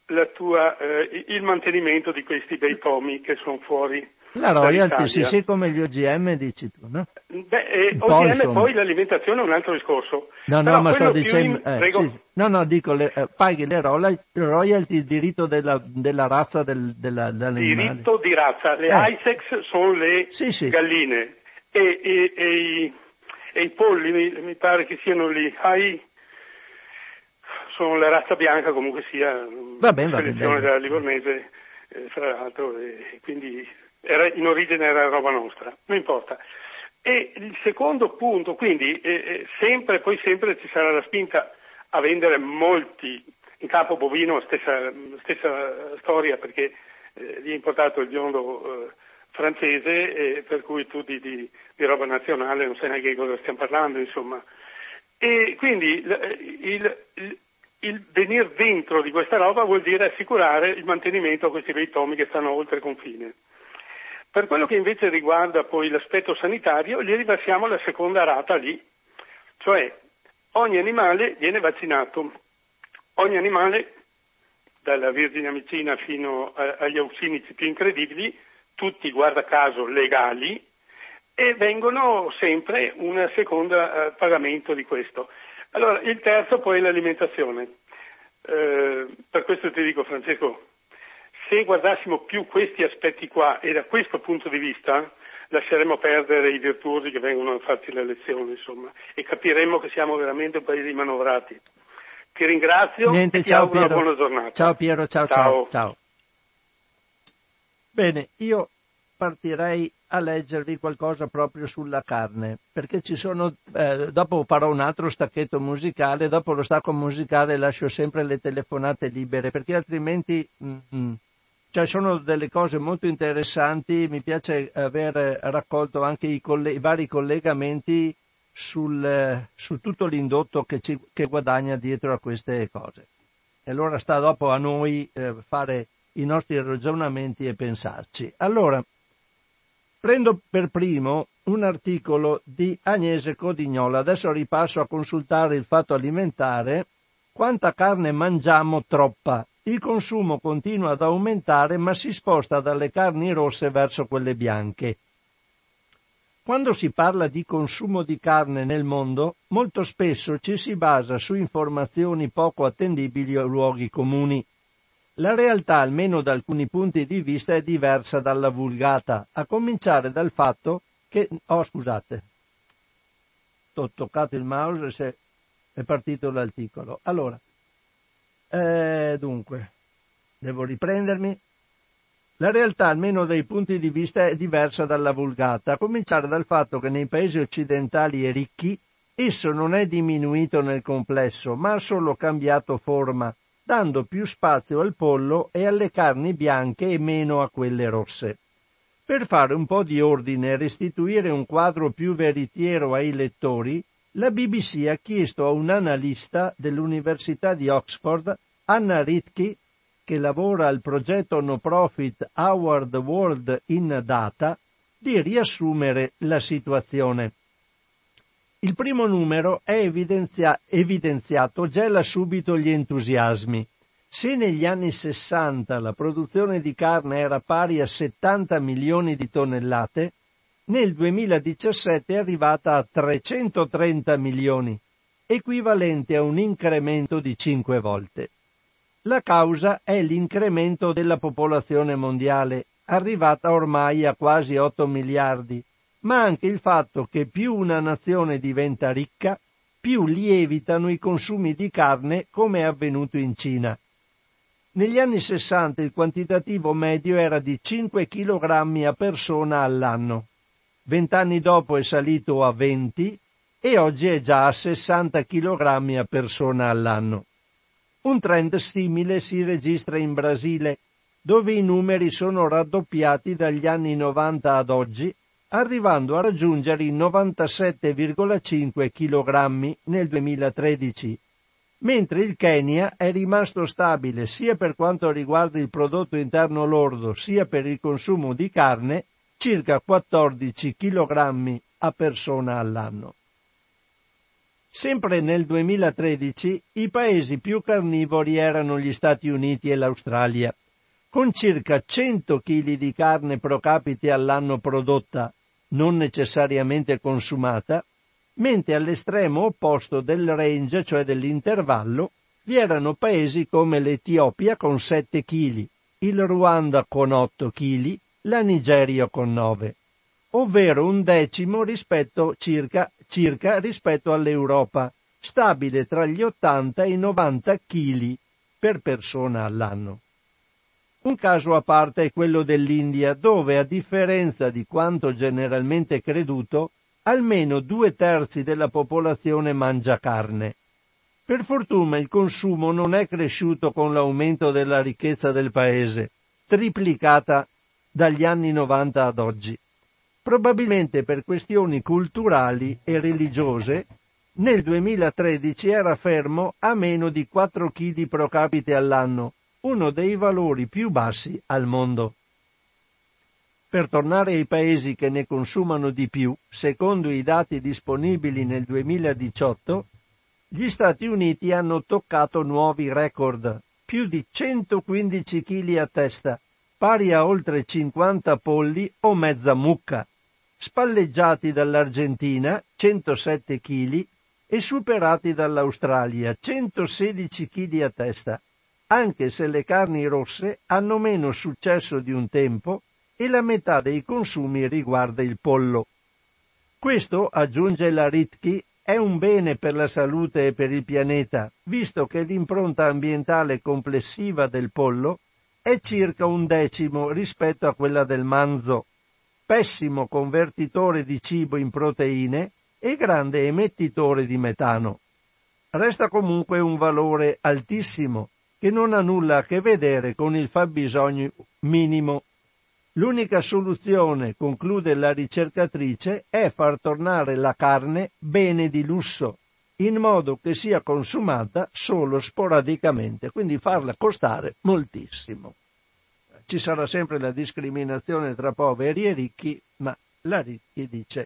S5: la tua, eh, il mantenimento di questi bei pomi che sono fuori.
S1: La royalty, sì, sì, come gli O G M dici tu, no?
S5: Beh, eh,
S1: O
S5: O G M poi l'alimentazione è un altro discorso.
S1: No,
S5: Però
S1: no, ma sto dicendo,
S5: in...
S1: eh, sì, no, no, dico, le, eh, paghi le royalty, il diritto della, della razza del, della, dell'animale.
S5: Diritto di razza, le
S1: eh.
S5: I S E X sono le
S1: sì, sì.
S5: galline e, e, e, i, e i polli, mi, mi pare che siano gli I, sono la razza bianca, comunque sia,
S1: va bene,
S5: selezione
S1: va bene.
S5: della Livornese, eh, fra l'altro, e quindi era, in origine era roba nostra, non importa. E il secondo punto, quindi, eh, sempre, poi sempre ci sarà la spinta a vendere molti, in campo bovino stessa, stessa storia, perché eh, gli è importato il biondo eh, francese, eh, per cui tu di, di, di roba nazionale non sai neanche di cosa stiamo parlando, insomma. E quindi il, il, il, il venire dentro di questa roba vuol dire assicurare il mantenimento a questi bei tomi che stanno oltre confine. Per quello che invece riguarda poi l'aspetto sanitario, lì riversiamo la seconda rata lì, cioè ogni animale viene vaccinato, ogni animale, dalla Virgine Amicina fino a, agli auxinici più incredibili, tutti guarda caso legali, e vengono sempre un secondo uh, pagamento di questo. Allora, il terzo poi è l'alimentazione. Eh, per questo ti dico, Francesco, se guardassimo più questi aspetti qua e da questo punto di vista lasceremo perdere i virtuosi che vengono a farci le lezioni, insomma, e capiremo che siamo veramente un paese manovrati. Ti ringrazio.
S1: Niente,
S5: e ti
S1: ciao
S5: auguro
S1: Piero.
S5: una buona giornata.
S1: Ciao Piero, ciao, ciao,
S5: ciao.
S1: ciao. Bene, io partirei a leggervi qualcosa proprio sulla carne, perché ci sono, eh, dopo farò un altro stacchetto musicale, dopo lo stacco musicale lascio sempre le telefonate libere, perché altrimenti mm, cioè sono delle cose molto interessanti. Mi piace aver raccolto anche i, coll- i vari collegamenti sul, eh, su tutto l'indotto che, ci, che guadagna dietro a queste cose. E allora sta dopo a noi eh, fare i nostri ragionamenti e pensarci. Allora, prendo per primo un articolo di Agnese Codignola. Adesso ripasso a consultare il Fatto Alimentare. Quanta carne mangiamo? Troppa. Il consumo continua ad aumentare, ma si sposta dalle carni rosse verso quelle bianche. Quando si parla di consumo di carne nel mondo, molto spesso ci si basa su informazioni poco attendibili o luoghi comuni. La realtà, almeno da alcuni punti di vista, è diversa dalla vulgata, a cominciare dal fatto che... Oh, scusate, ho toccato il mouse e se è partito l'articolo. Allora, eh, dunque, devo riprendermi. La realtà, almeno dai punti di vista, è diversa dalla vulgata, a cominciare dal fatto che nei paesi occidentali e ricchi esso non è diminuito nel complesso, ma ha solo cambiato forma, dando più spazio al pollo e alle carni bianche e meno a quelle rosse. Per fare un po' di ordine e restituire un quadro più veritiero ai lettori, la B B C ha chiesto a un analista dell'Università di Oxford, Anna Ritchie, che lavora al progetto no profit Our the World in Data, di riassumere la situazione. Il primo numero è evidenzia- evidenziato gela subito gli entusiasmi. Se negli anni sessanta la produzione di carne era pari a settanta milioni di tonnellate, nel duemiladiciassette è arrivata a trecentotrenta milioni, equivalente a un incremento di cinque volte. La causa è l'incremento della popolazione mondiale, arrivata ormai a quasi otto miliardi, ma anche il fatto che più una nazione diventa ricca, più lievitano i consumi di carne, come è avvenuto in Cina. Negli anni sessanta il quantitativo medio era di cinque chilogrammi a persona all'anno. Vent'anni dopo è salito a venti e oggi è già a sessanta chilogrammi a persona all'anno. Un trend simile si registra in Brasile, dove i numeri sono raddoppiati dagli anni novanta ad oggi, arrivando a raggiungere i novantasette virgola cinque chilogrammi nel duemilatredici, mentre il Kenya è rimasto stabile sia per quanto riguarda il prodotto interno lordo sia per il consumo di carne, circa quattordici chilogrammi a persona all'anno. Sempre nel duemilatredici i paesi più carnivori erano gli Stati Uniti e l'Australia, con circa cento chili di carne pro capite all'anno prodotta, non necessariamente consumata, mentre all'estremo opposto del range, cioè dell'intervallo, vi erano paesi come l'Etiopia con sette chili, il Ruanda con otto chili, la Nigeria con nove, ovvero un decimo rispetto circa, circa rispetto all'Europa, stabile tra gli ottanta e i novanta chili per persona all'anno. Un caso a parte è quello dell'India, dove, a differenza di quanto generalmente creduto, almeno due terzi della popolazione mangia carne. Per fortuna il consumo non è cresciuto con l'aumento della ricchezza del paese, triplicata dagli anni novanta ad oggi. Probabilmente per questioni culturali e religiose, nel duemilatredici era fermo a meno di quattro chili pro capite all'anno, uno dei valori più bassi al mondo. Per tornare ai paesi che ne consumano di più, secondo i dati disponibili nel duemiladiciotto, gli Stati Uniti hanno toccato nuovi record, più di centoquindici chili a testa, pari a oltre cinquanta polli o mezza mucca, spalleggiati dall'Argentina, centosette chili, e superati dall'Australia, centosedici chili a testa, anche se le carni rosse hanno meno successo di un tempo e la metà dei consumi riguarda il pollo. Questo, aggiunge la Ritchie, è un bene per la salute e per il pianeta, visto che l'impronta ambientale complessiva del pollo è circa un decimo rispetto a quella del manzo, pessimo convertitore di cibo in proteine e grande emettitore di metano. Resta comunque un valore altissimo, che non ha nulla a che vedere con il fabbisogno minimo. L'unica soluzione, conclude la ricercatrice, è far tornare la carne bene di lusso, in modo che sia consumata solo sporadicamente, quindi farla costare moltissimo. Ci sarà sempre la discriminazione tra poveri e ricchi, ma la Ricchi dice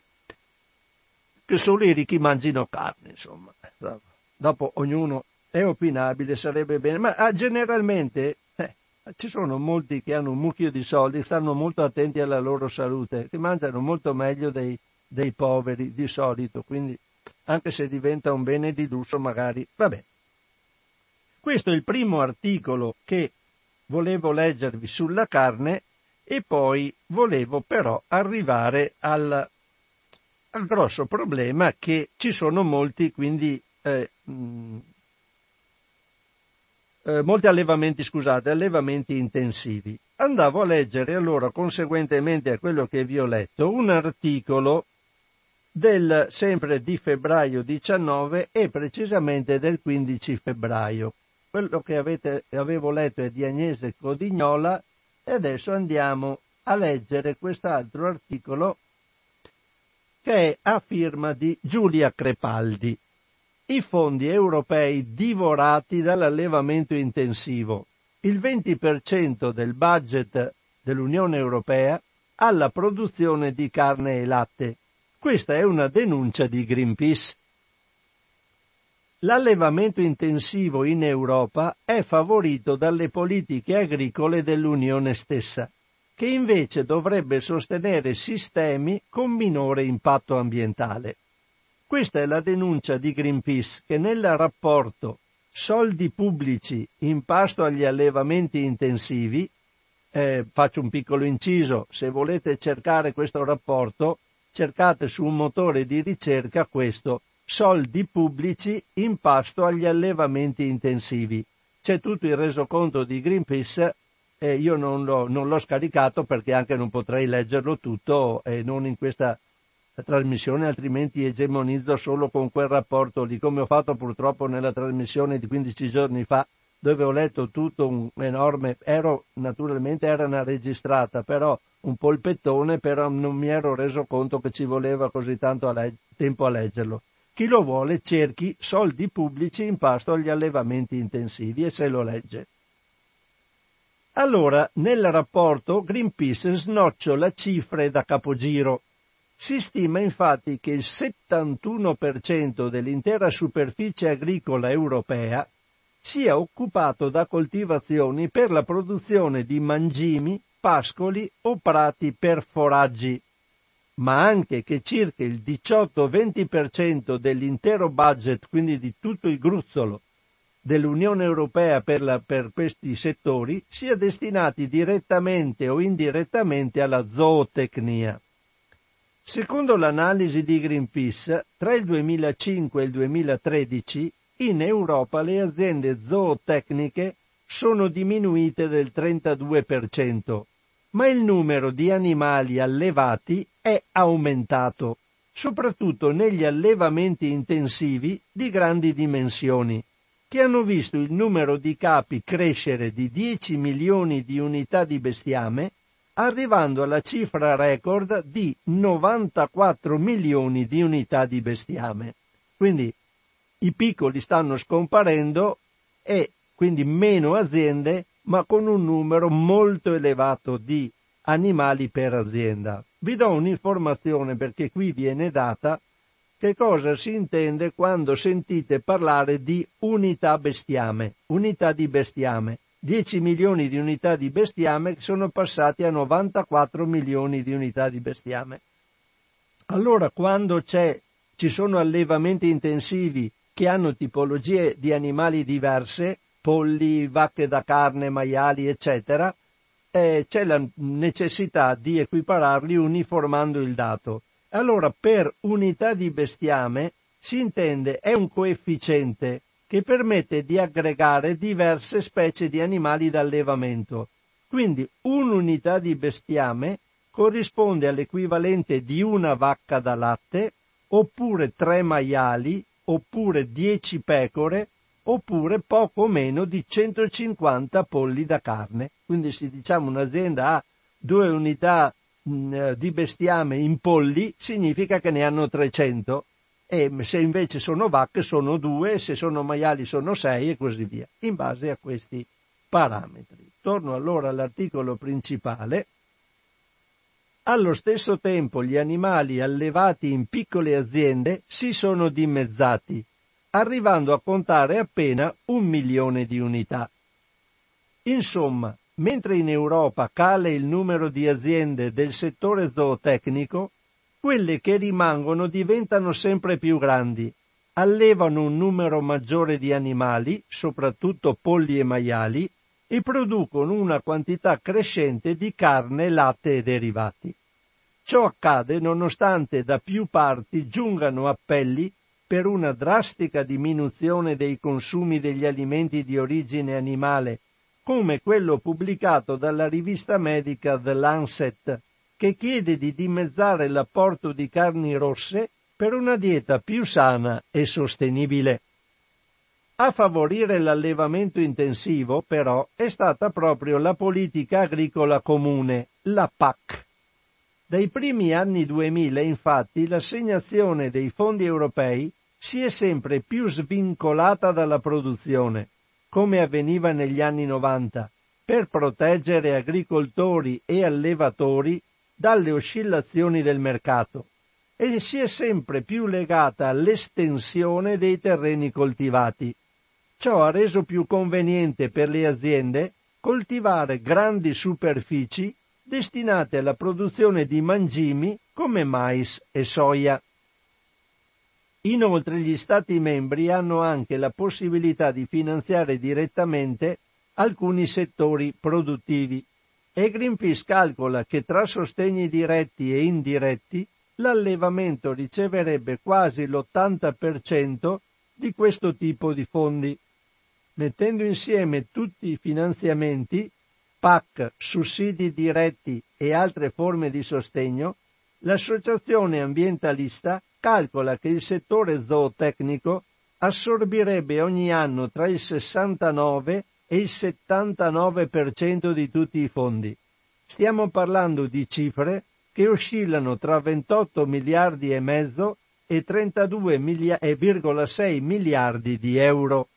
S1: che solo i ricchi mangino carne, insomma. Dopo ognuno è opinabile, sarebbe bene, ma ah, generalmente eh, ci sono molti che hanno un mucchio di soldi, stanno molto attenti alla loro salute, che mangiano molto meglio dei, dei poveri di solito, quindi anche se diventa un bene di lusso magari, vabbè. Questo è il primo articolo che volevo leggervi sulla carne e poi volevo però arrivare al, al grosso problema che ci sono molti, quindi eh, mh, eh, molti allevamenti, scusate, allevamenti intensivi. Andavo a leggere allora, conseguentemente a quello che vi ho letto, un articolo del sempre di febbraio diciannove e precisamente del quindici febbraio. Quello che avete, avevo letto è di Agnese Codignola e adesso andiamo a leggere quest'altro articolo che è a firma di Giulia Crepaldi. I fondi europei divorati dall'allevamento intensivo. Il venti per cento del budget dell'Unione Europea alla produzione di carne e latte. Questa è una denuncia di Greenpeace. L'allevamento intensivo in Europa è favorito dalle politiche agricole dell'Unione stessa, che invece dovrebbe sostenere sistemi con minore impatto ambientale. Questa è la denuncia di Greenpeace, che nel rapporto Soldi pubblici in pasto agli allevamenti intensivi, eh, faccio un piccolo inciso, se volete cercare questo rapporto, cercate su un motore di ricerca questo, soldi pubblici in pasto agli allevamenti intensivi. C'è tutto il resoconto di Greenpeace e eh, io non l'ho, non l'ho scaricato perché anche non potrei leggerlo tutto e eh, non in questa trasmissione, altrimenti egemonizzo solo con quel rapporto lì, come ho fatto purtroppo nella trasmissione di quindici giorni fa, dove ho letto tutto un enorme, ero naturalmente era una registrata, però un polpettone, però non mi ero reso conto che ci voleva così tanto a leg- tempo a leggerlo. Chi lo vuole cerchi soldi pubblici in pasto agli allevamenti intensivi e se lo legge. Allora, nel rapporto Greenpeace snocciola cifre da capogiro. Si stima infatti che il settantuno per cento dell'intera superficie agricola europea sia occupato da coltivazioni per la produzione di mangimi, pascoli o prati per foraggi, ma anche che circa il diciotto venti per cento dell'intero budget, quindi di tutto il gruzzolo dell'Unione Europea per, la, per questi settori, sia destinati direttamente o indirettamente alla zootecnia. Secondo l'analisi di Greenpeace, tra il duemilacinque e il duemilatredici in Europa le aziende zootecniche sono diminuite del trentadue per cento, ma il numero di animali allevati è aumentato, soprattutto negli allevamenti intensivi di grandi dimensioni, che hanno visto il numero di capi crescere di dieci milioni di unità di bestiame, arrivando alla cifra record di novantaquattro milioni di unità di bestiame. Quindi i piccoli stanno scomparendo e quindi meno aziende, ma con un numero molto elevato di animali per azienda. Vi do un'informazione perché qui viene data che cosa si intende quando sentite parlare di unità bestiame, unità di bestiame. dieci milioni di unità di bestiame che sono passati a novantaquattro milioni di unità di bestiame. Allora quando c'è, ci sono allevamenti intensivi che hanno tipologie di animali diverse, polli, vacche da carne, maiali, eccetera, eh, c'è la necessità di equipararli uniformando il dato. Allora per unità di bestiame si intende è un coefficiente che permette di aggregare diverse specie di animali d'allevamento. Quindi un'unità di bestiame corrisponde all'equivalente di una vacca da latte, oppure tre maiali, oppure dieci pecore, oppure poco meno di centocinquanta polli da carne. Quindi se diciamo un'azienda ha due unità mh, di bestiame in polli, significa che ne hanno trecento. E se invece sono vacche sono due, se sono maiali sono sei e così via, in base a questi parametri. Torno allora all'articolo principale. Allo stesso tempo gli animali allevati in piccole aziende si sono dimezzati, arrivando a contare appena un milione di unità. Insomma, mentre in Europa cala il numero di aziende del settore zootecnico, quelle che rimangono diventano sempre più grandi, allevano un numero maggiore di animali, soprattutto polli e maiali, e producono una quantità crescente di carne, latte e derivati. Ciò accade nonostante da più parti giungano appelli per una drastica diminuzione dei consumi degli alimenti di origine animale, come quello pubblicato dalla rivista medica The Lancet, che chiede di dimezzare l'apporto di carni rosse per una dieta più sana e sostenibile. A favorire l'allevamento intensivo, però, è stata proprio la politica agricola comune, la P A C. Dai primi anni duemila, infatti, l'assegnazione dei fondi europei si è sempre più svincolata dalla produzione, come avveniva negli anni novanta, per proteggere agricoltori e allevatori dalle oscillazioni del mercato, e si è sempre più legata all'estensione dei terreni coltivati. Ciò ha reso più conveniente per le aziende coltivare grandi superfici destinate alla produzione di mangimi come mais e soia. Inoltre gli Stati membri hanno anche la possibilità di finanziare direttamente alcuni settori produttivi, e Greenpeace calcola che tra sostegni diretti e indiretti l'allevamento riceverebbe quasi l'ottanta per cento di questo tipo di fondi. Mettendo insieme tutti i finanziamenti, P A C, sussidi diretti e altre forme di sostegno, l'associazione ambientalista calcola che il settore zootecnico assorbirebbe ogni anno tra il sessantanove e il settantanove per cento di tutti i fondi. Stiamo parlando di cifre che oscillano tra ventotto miliardi e mezzo e trentadue virgola sei miliardi di euro.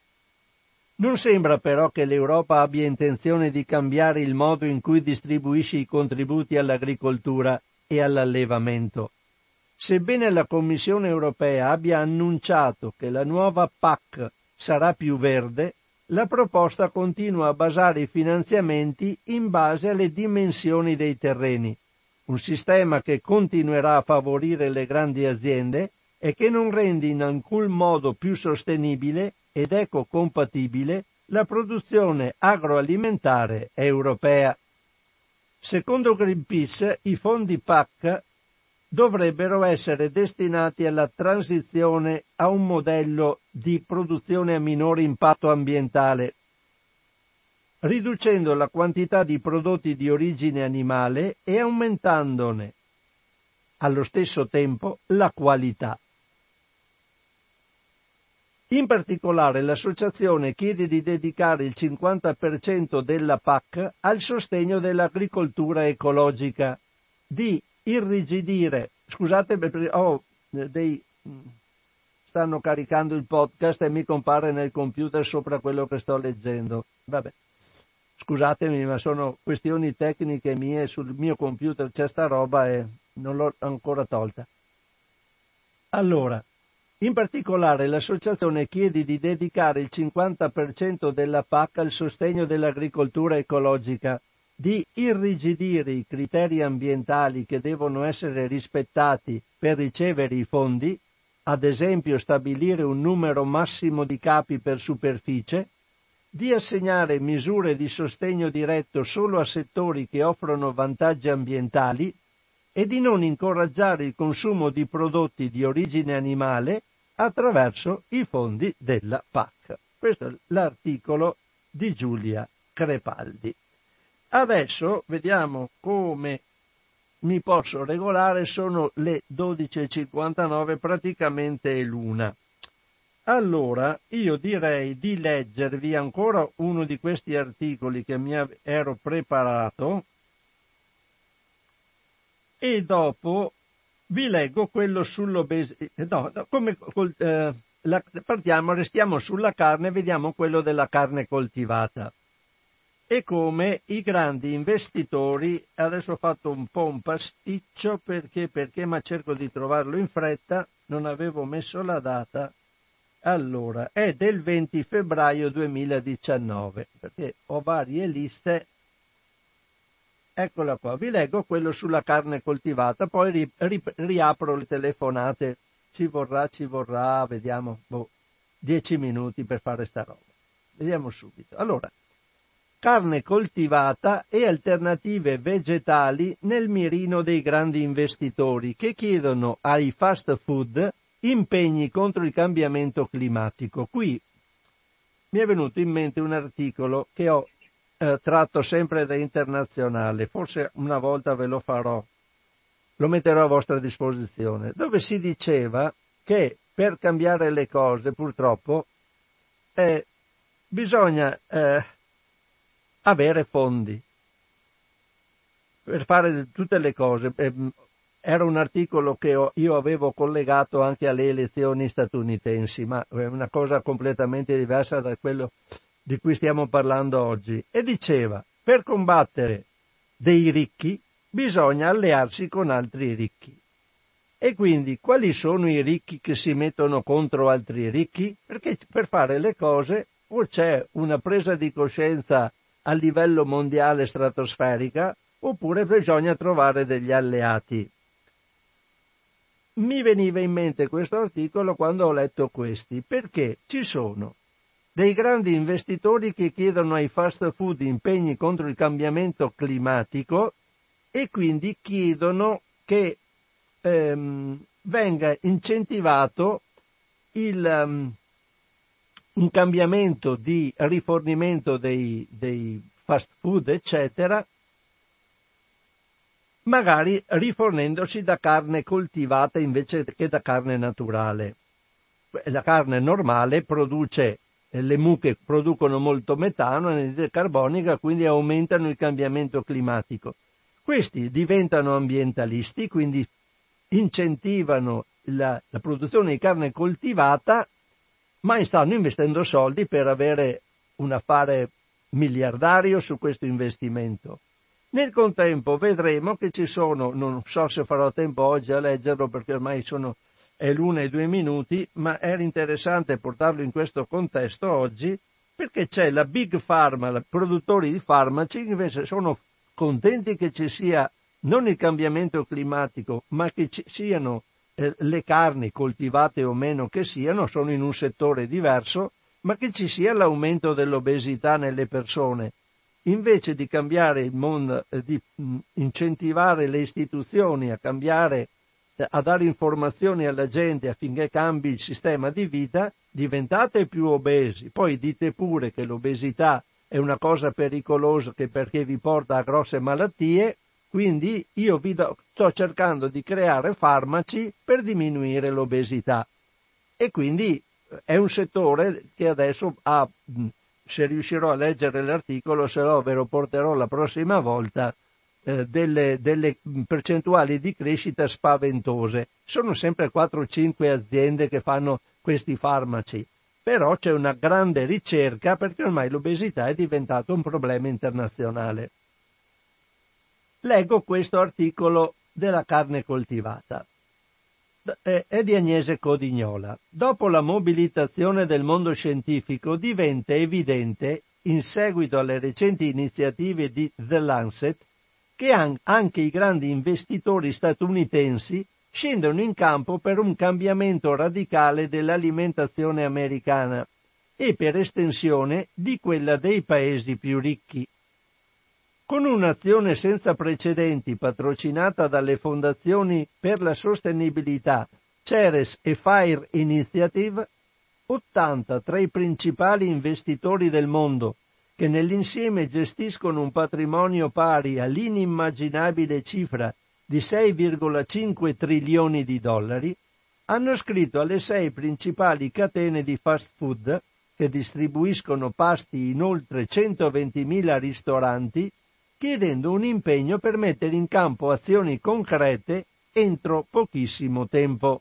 S1: Non sembra però che l'Europa abbia intenzione di cambiare il modo in cui distribuisce i contributi all'agricoltura, e all'allevamento. Sebbene la Commissione europea abbia annunciato che la nuova P A C sarà più verde, la proposta continua a basare i finanziamenti in base alle dimensioni dei terreni, un sistema che continuerà a favorire le grandi aziende e che non rende in alcun modo più sostenibile ed ecocompatibile la produzione agroalimentare europea. Secondo Greenpeace, i fondi P A C dovrebbero essere destinati alla transizione a un modello di produzione a minore impatto ambientale, riducendo la quantità di prodotti di origine animale e aumentandone allo stesso tempo la qualità. In particolare l'associazione chiede di dedicare il cinquanta per cento della P A C al sostegno dell'agricoltura ecologica, di irrigidire, scusate, oh, dei, stanno caricando il podcast e mi compare nel computer sopra quello che sto leggendo. Vabbè, scusatemi, ma sono questioni tecniche mie, sul mio computer c'è sta roba e non l'ho ancora tolta. Allora, in particolare l'associazione chiede di dedicare il cinquanta per cento della P A C al sostegno dell'agricoltura ecologica, di irrigidire i criteri ambientali che devono essere rispettati per ricevere i fondi, ad esempio stabilire un numero massimo di capi per superficie, di assegnare misure di sostegno diretto solo a settori che offrono vantaggi ambientali e di non incoraggiare il consumo di prodotti di origine animale attraverso i fondi della P A C. Questo è l'articolo di Giulia Crepaldi. Adesso vediamo come mi posso regolare, sono le dodici e cinquantanove, praticamente è l'una. Allora, io direi di leggervi ancora uno di questi articoli che mi ero preparato e dopo vi leggo quello sull'obesità. No, no, come col, eh, la, partiamo, restiamo sulla carne, vediamo quello della carne coltivata. E come i grandi investitori, adesso ho fatto un po' un pasticcio perché, perché ma cerco di trovarlo in fretta, non avevo messo la data, allora è del venti febbraio duemiladiciannove, perché ho varie liste, eccola qua, vi leggo quello sulla carne coltivata, poi ri, ri, riapro le telefonate, ci vorrà, ci vorrà, vediamo, boh, dieci minuti per fare sta roba, vediamo subito, allora. Carne coltivata e alternative vegetali nel mirino dei grandi investitori che chiedono ai fast food impegni contro il cambiamento climatico. Qui mi è venuto in mente un articolo che ho eh, tratto sempre da Internazionale, forse una volta ve lo farò, lo metterò a vostra disposizione, dove si diceva che per cambiare le cose purtroppo eh, bisogna eh, avere fondi per fare tutte le cose. Era un articolo che io avevo collegato anche alle elezioni statunitensi, ma è una cosa completamente diversa da quello di cui stiamo parlando oggi. E diceva, per combattere dei ricchi bisogna allearsi con altri ricchi. E quindi quali sono i ricchi che si mettono contro altri ricchi? Perché per fare le cose o c'è una presa di coscienza a livello mondiale stratosferica, oppure bisogna trovare degli alleati. Mi veniva in mente questo articolo quando ho letto questi, perché ci sono dei grandi investitori che chiedono ai fast food impegni contro il cambiamento climatico e quindi chiedono che ehm, venga incentivato il... Um, un cambiamento di rifornimento dei, dei fast food, eccetera, magari rifornendosi da carne coltivata invece che da carne naturale. La carne normale produce, le mucche producono molto metano, anidride carbonica, quindi aumentano il cambiamento climatico. Questi diventano ambientalisti, quindi incentivano la, la produzione di carne coltivata, ma stanno investendo soldi per avere un affare miliardario su questo investimento. Nel contempo vedremo che ci sono, non so se farò tempo oggi a leggerlo perché ormai sono è l'una e due minuti, ma era interessante portarlo in questo contesto oggi, perché c'è la Big Pharma, i produttori di farmaci invece sono contenti che ci sia non il cambiamento climatico, ma che ci siano eh, le carni coltivate o meno che siano, sono in un settore diverso, ma che ci sia l'aumento dell'obesità nelle persone. Invece di cambiare il mondo, eh, di mh, incentivare le istituzioni a cambiare, eh, a dare informazioni alla gente affinché cambi il sistema di vita, diventate più obesi. Poi dite pure che l'obesità è una cosa pericolosa che perché vi porta a grosse malattie, quindi io vi do, sto cercando di creare farmaci per diminuire l'obesità. E quindi è un settore che adesso ha, se riuscirò a leggere l'articolo, se no ve lo porterò la prossima volta, eh, delle, delle percentuali di crescita spaventose. Sono sempre quattro o cinque aziende che fanno questi farmaci, però c'è una grande ricerca perché ormai l'obesità è diventato un problema internazionale. Leggo questo articolo della carne coltivata. È di Agnese Codignola. Dopo la mobilitazione del mondo scientifico diventa evidente, in seguito alle recenti iniziative di The Lancet, che anche i grandi investitori statunitensi scendono in campo per un cambiamento radicale dell'alimentazione americana e per estensione di quella dei paesi più ricchi. Con un'azione senza precedenti patrocinata dalle fondazioni per la sostenibilità Ceres e Fire Initiative, ottanta tra i principali investitori del mondo, che nell'insieme gestiscono un patrimonio pari all'inimmaginabile cifra di sei virgola cinque trilioni di dollari, hanno scritto alle sei principali catene di fast food che distribuiscono pasti in oltre centoventimila ristoranti, chiedendo un impegno per mettere in campo azioni concrete entro pochissimo tempo.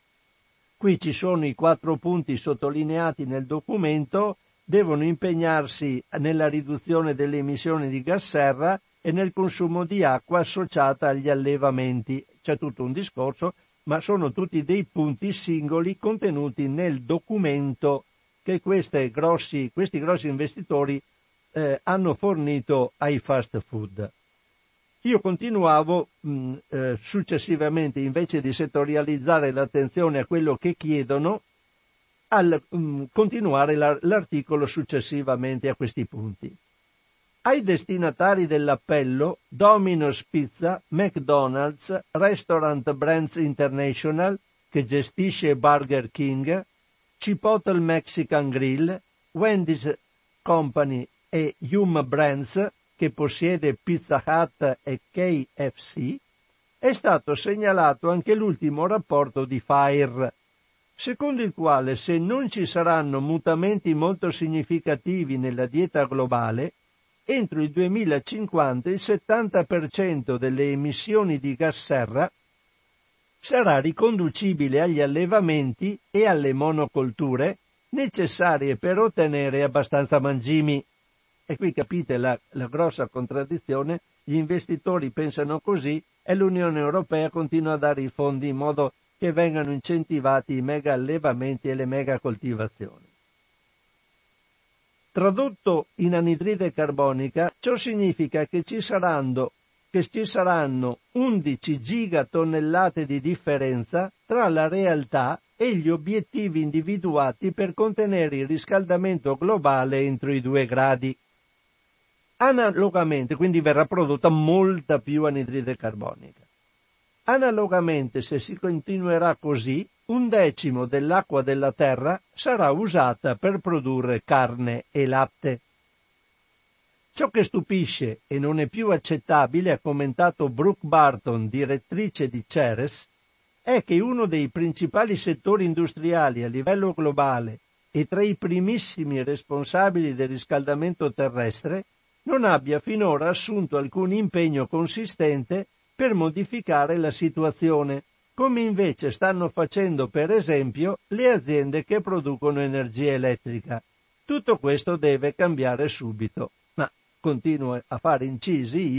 S1: Qui ci sono i quattro punti sottolineati nel documento: devono impegnarsi nella riduzione delle emissioni di gas serra e nel consumo di acqua associata agli allevamenti. C'è tutto un discorso, ma sono tutti dei punti singoli contenuti nel documento che questi grossi, questi grossi investitori Eh, hanno fornito ai fast food. Io continuavo mh, eh, successivamente, invece di settorializzare l'attenzione a quello che chiedono, al mh, continuare la, l'articolo successivamente a questi punti. Ai destinatari dell'appello Domino's Pizza, McDonald's, Restaurant Brands International, che gestisce Burger King, Chipotle Mexican Grill, Wendy's Company e Yum Brands, che possiede Pizza Hut e K F C, è stato segnalato anche l'ultimo rapporto di Fire, secondo il quale se non ci saranno mutamenti molto significativi nella dieta globale, entro il duemilacinquanta il settanta per cento delle emissioni di gas serra sarà riconducibile agli allevamenti e alle monocolture necessarie per ottenere abbastanza mangimi. E qui capite la, la grossa contraddizione: gli investitori pensano così e l'Unione Europea continua a dare i fondi in modo che vengano incentivati i mega allevamenti e le mega coltivazioni. Tradotto in anidride carbonica, ciò significa che ci saranno, che ci saranno undici gigatonnellate di differenza tra la realtà e gli obiettivi individuati per contenere il riscaldamento globale entro i due gradi. Analogamente, quindi verrà prodotta molta più anidride carbonica. Analogamente, se si continuerà così, un decimo dell'acqua della Terra sarà usata per produrre carne e latte. Ciò che stupisce e non è più accettabile, ha commentato Brooke Barton, direttrice di Ceres, è che uno dei principali settori industriali a livello globale e tra i primissimi responsabili del riscaldamento terrestre non abbia finora assunto alcun impegno consistente per modificare la situazione, come invece stanno facendo per esempio le aziende che producono energia elettrica. Tutto questo deve cambiare subito. Ma continuo a fare incisi io,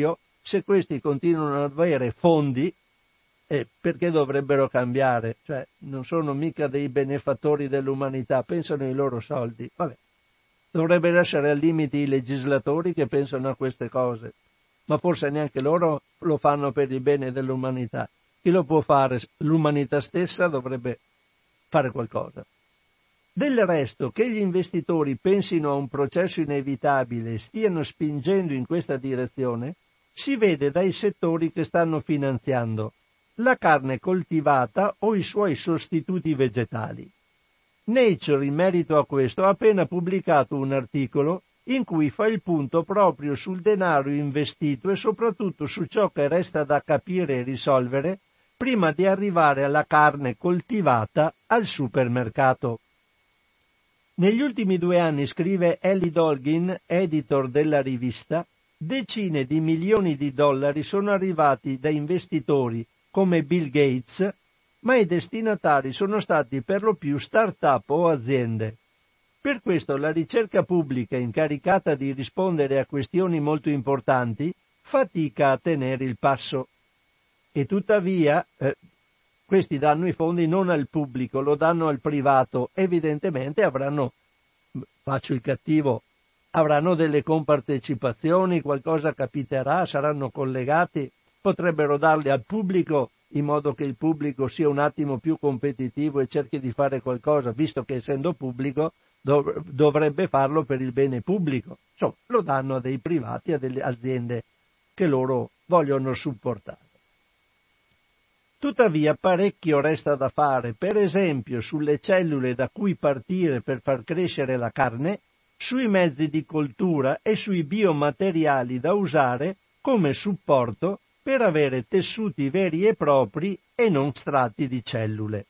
S1: se questi continuano ad avere fondi, eh, perché dovrebbero cambiare? Cioè, non sono mica dei benefattori dell'umanità, pensano ai loro soldi. Vabbè, dovrebbero essere al limite i legislatori che pensano a queste cose, ma forse neanche loro lo fanno per il bene dell'umanità. Chi lo può fare? L'umanità stessa dovrebbe fare qualcosa. Del resto, che gli investitori pensino a un processo inevitabile e stiano spingendo in questa direzione, si vede dai settori che stanno finanziando: la carne coltivata o i suoi sostituti vegetali. Nature, in merito a questo, ha appena pubblicato un articolo in cui fa il punto proprio sul denaro investito e soprattutto su ciò che resta da capire e risolvere prima di arrivare alla carne coltivata al supermercato. Negli ultimi due anni, scrive Ellie Dolgin, editor della rivista, decine di milioni di dollari sono arrivati da investitori come Bill Gates, ma i destinatari sono stati per lo più start-up o aziende. Per questo la ricerca pubblica, incaricata di rispondere a questioni molto importanti, fatica a tenere il passo. E tuttavia eh, questi danno i fondi non al pubblico, lo danno al privato. Evidentemente avranno, faccio il cattivo, avranno delle compartecipazioni, qualcosa capiterà, saranno collegati, potrebbero darli al pubblico in modo che il pubblico sia un attimo più competitivo e cerchi di fare qualcosa, visto che essendo pubblico dov- dovrebbe farlo per il bene pubblico. Insomma, lo danno a dei privati, a delle aziende che loro vogliono supportare. Tuttavia parecchio resta da fare, per esempio sulle cellule da cui partire per far crescere la carne, sui mezzi di coltura e sui biomateriali da usare come supporto per avere tessuti veri e propri e non strati di cellule.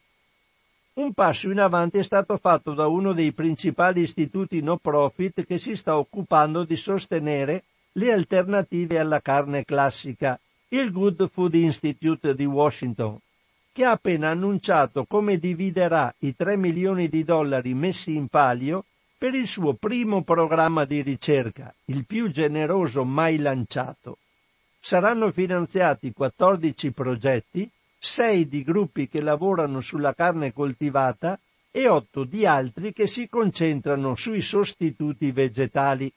S1: Un passo in avanti è stato fatto da uno dei principali istituti no profit che si sta occupando di sostenere le alternative alla carne classica, il Good Food Institute di Washington, che ha appena annunciato come dividerà i tre milioni di dollari messi in palio per il suo primo programma di ricerca, il più generoso mai lanciato. Saranno finanziati quattordici progetti, sei di gruppi che lavorano sulla carne coltivata e otto di altri che si concentrano sui sostituti vegetali.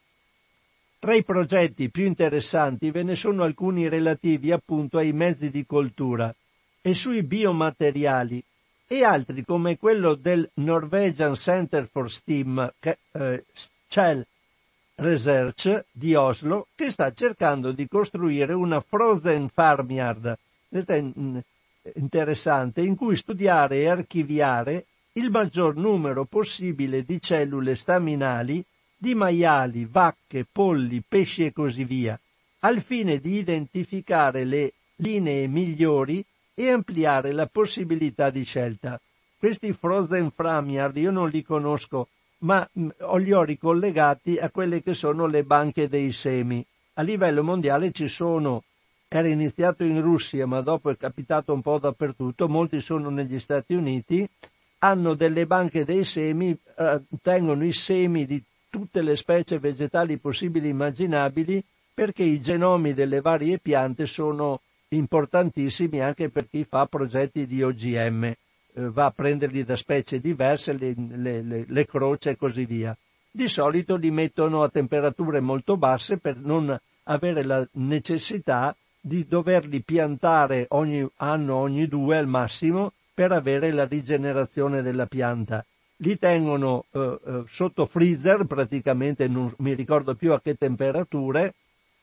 S1: Tra i progetti più interessanti ve ne sono alcuni relativi appunto ai mezzi di coltura e sui biomateriali e altri come quello del Norwegian Center for Steam eh, Shell Research di Oslo, che sta cercando di costruire una frozen farmyard, questo è interessante, in cui studiare e archiviare il maggior numero possibile di cellule staminali di maiali, vacche, polli, pesci e così via, al fine di identificare le linee migliori e ampliare la possibilità di scelta. Questi frozen farmyard io non li conosco, ma li ho ricollegati a quelle che sono le banche dei semi. A livello mondiale ci sono, era iniziato in Russia, ma dopo è capitato un po' dappertutto, molti sono negli Stati Uniti, hanno delle banche dei semi, eh, tengono i semi di tutte le specie vegetali possibili e immaginabili, perché i genomi delle varie piante sono importantissimi anche per chi fa progetti di O G M, eh, va a prenderli da specie diverse, le, le, le, le croce e così via. Di solito li mettono a temperature molto basse per non avere la necessità di doverli piantare ogni anno, ogni due al massimo, per avere la rigenerazione della pianta. Li tengono eh, eh, sotto freezer, praticamente non mi ricordo più a che temperature,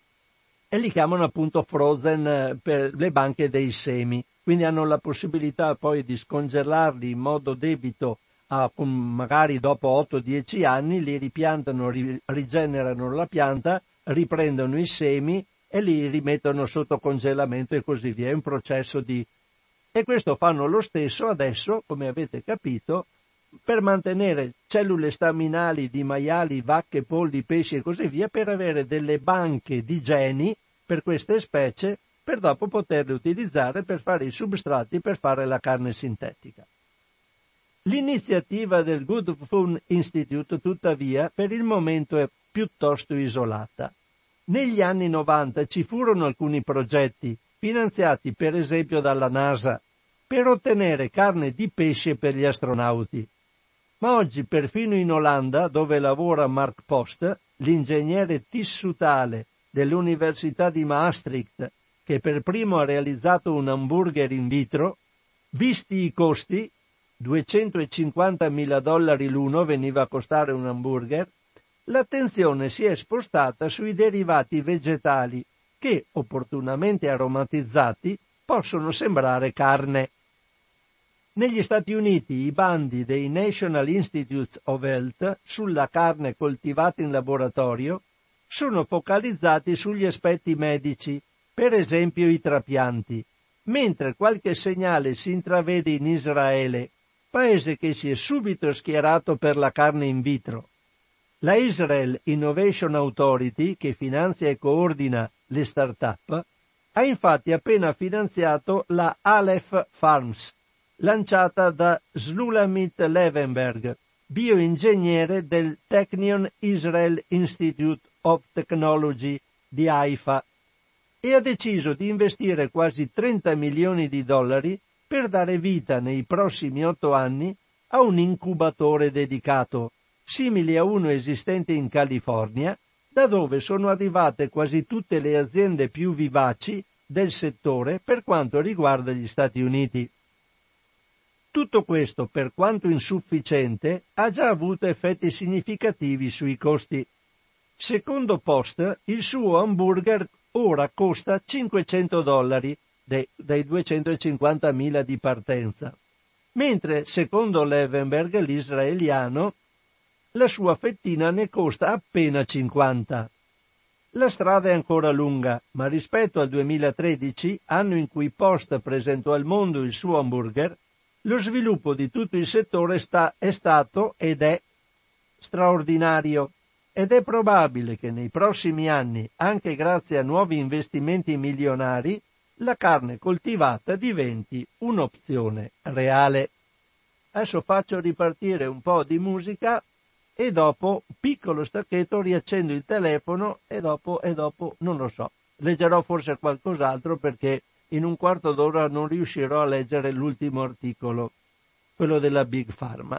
S1: e li chiamano appunto frozen eh, per le banche dei semi. Quindi hanno la possibilità poi di scongelarli in modo debito, a, magari dopo otto dieci anni, li ripiantano, ri, rigenerano la pianta, riprendono i semi e li rimettono sotto congelamento e così via. È un processo di... E questo fanno lo stesso adesso, come avete capito, per mantenere cellule staminali di maiali, vacche, polli, pesci e così via, per avere delle banche di geni per queste specie, per dopo poterle utilizzare per fare i substrati per fare la carne sintetica. L'iniziativa del Good Food Institute, tuttavia, per il momento è piuttosto isolata. Negli anni novanta ci furono alcuni progetti, finanziati per esempio dalla NASA, per ottenere carne di pesce per gli astronauti. Ma oggi perfino in Olanda, dove lavora Mark Post, l'ingegnere tissutale dell'Università di Maastricht, che per primo ha realizzato un hamburger in vitro, visti i costi, duecentocinquantamila dollari l'uno veniva a costare un hamburger, l'attenzione si è spostata sui derivati vegetali che, opportunamente aromatizzati, possono sembrare carne. Negli Stati Uniti i bandi dei National Institutes of Health sulla carne coltivata in laboratorio sono focalizzati sugli aspetti medici, per esempio i trapianti, mentre qualche segnale si intravede in Israele, paese che si è subito schierato per la carne in vitro. La Israel Innovation Authority, che finanzia e coordina le start-up, ha infatti appena finanziato la Aleph Farms, lanciata da Shulamit Levenberg, bioingegnere del Technion Israel Institute of Technology di Haifa, e ha deciso di investire quasi trenta milioni di dollari per dare vita nei prossimi otto anni a un incubatore dedicato, simile a uno esistente in California, da dove sono arrivate quasi tutte le aziende più vivaci del settore per quanto riguarda gli Stati Uniti. Tutto questo, per quanto insufficiente, ha già avuto effetti significativi sui costi. Secondo Post, il suo hamburger ora costa cinquecento dollari dei, dei duecentocinquantamila di partenza, mentre secondo Levenberg, l'israeliano, la sua fettina ne costa appena cinquanta. La strada è ancora lunga, ma rispetto al duemilatredici, anno in cui Post presentò al mondo il suo hamburger, lo sviluppo di tutto il settore sta, è stato ed è straordinario, ed è probabile che nei prossimi anni, anche grazie a nuovi investimenti milionari, la carne coltivata diventi un'opzione reale. Adesso faccio ripartire un po' di musica e dopo, piccolo stacchetto, riaccendo il telefono e dopo, e dopo non lo so, leggerò forse qualcos'altro perché in un quarto d'ora non riuscirò a leggere l'ultimo articolo, quello della Big Pharma.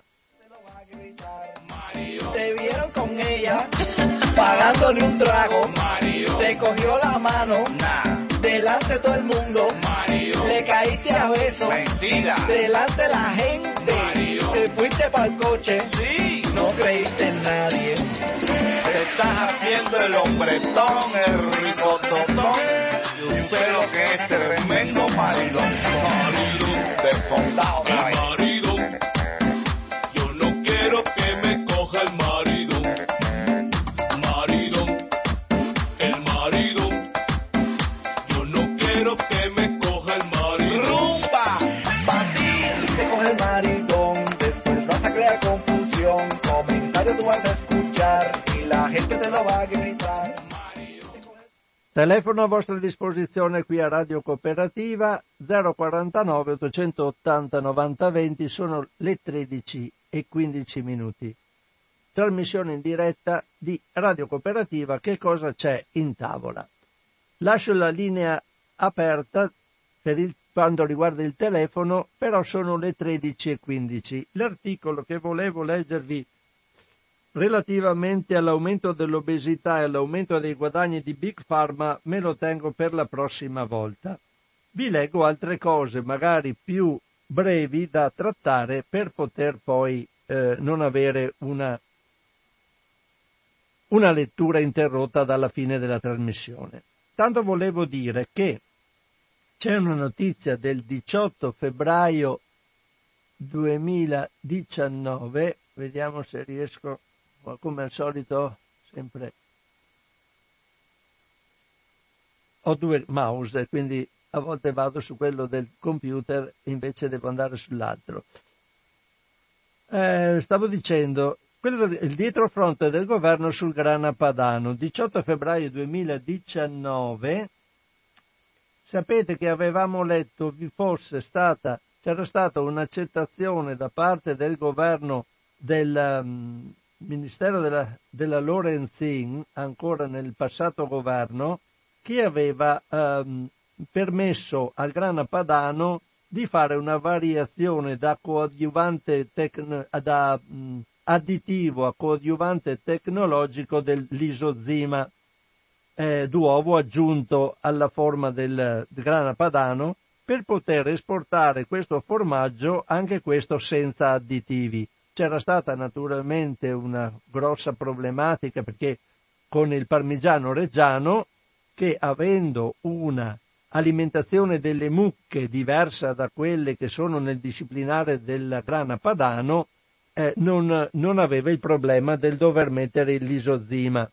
S2: Te vieron con ella, pagándole un trago, Mario. Te cogió la mano, nah. Delante de todo el mundo, Mario. Le caíste a besos, mentira. Delante de la gente, Mario. Te fuiste pa'l coche, sí. No creíste en nadie. Te estás haciendo el hombretón, el ricototón. Y usted lo que es tremendo marido, marido, desfondado otra vez. Marido, yo no quiero que me coja el marido, marido, el marido, yo no quiero que me coja el marido. Rumba, pa' ti te coge el maridón, después vas a crear confusión, comentarios tú vas a escuchar y la gente te lo va a gritar.
S1: Telefono a vostra disposizione qui a Radio Cooperativa zero quarantanove ottocentottanta novanta venti, sono le tredici e quindici minuti. Trasmissione in diretta di Radio Cooperativa, che cosa c'è in tavola? Lascio la linea aperta per il, quando riguarda il telefono, però sono le tredici e quindici. L'articolo che volevo leggervi relativamente all'aumento dell'obesità e all'aumento dei guadagni di Big Pharma me lo tengo per la prossima volta. Vi leggo altre cose, magari più brevi da trattare per poter poi eh, non avere una, una lettura interrotta dalla fine della trasmissione. Tanto volevo dire che c'è una notizia del diciotto febbraio duemiladiciannove, vediamo se riesco. Come al solito, sempre ho due mouse, quindi a volte vado su quello del computer, invece devo andare sull'altro. Eh, stavo dicendo, quello del, il dietrofront del governo sul grana padano, diciotto febbraio duemiladiciannove, sapete che avevamo letto vi fosse stata, c'era stata un'accettazione da parte del governo del... Um, Ministero della, della Lorenzin, ancora nel passato governo, che aveva ehm, permesso al grana padano di fare una variazione da coadiuvante tecno, da mh, additivo a coadiuvante tecnologico dell'isozima eh, d'uovo aggiunto alla forma del, del grana padano, per poter esportare questo formaggio, anche questo senza additivi. C'era stata naturalmente una grossa problematica perché con il parmigiano reggiano, che avendo una alimentazione delle mucche diversa da quelle che sono nel disciplinare del grana padano, eh, non, non aveva il problema del dover mettere l'isozima.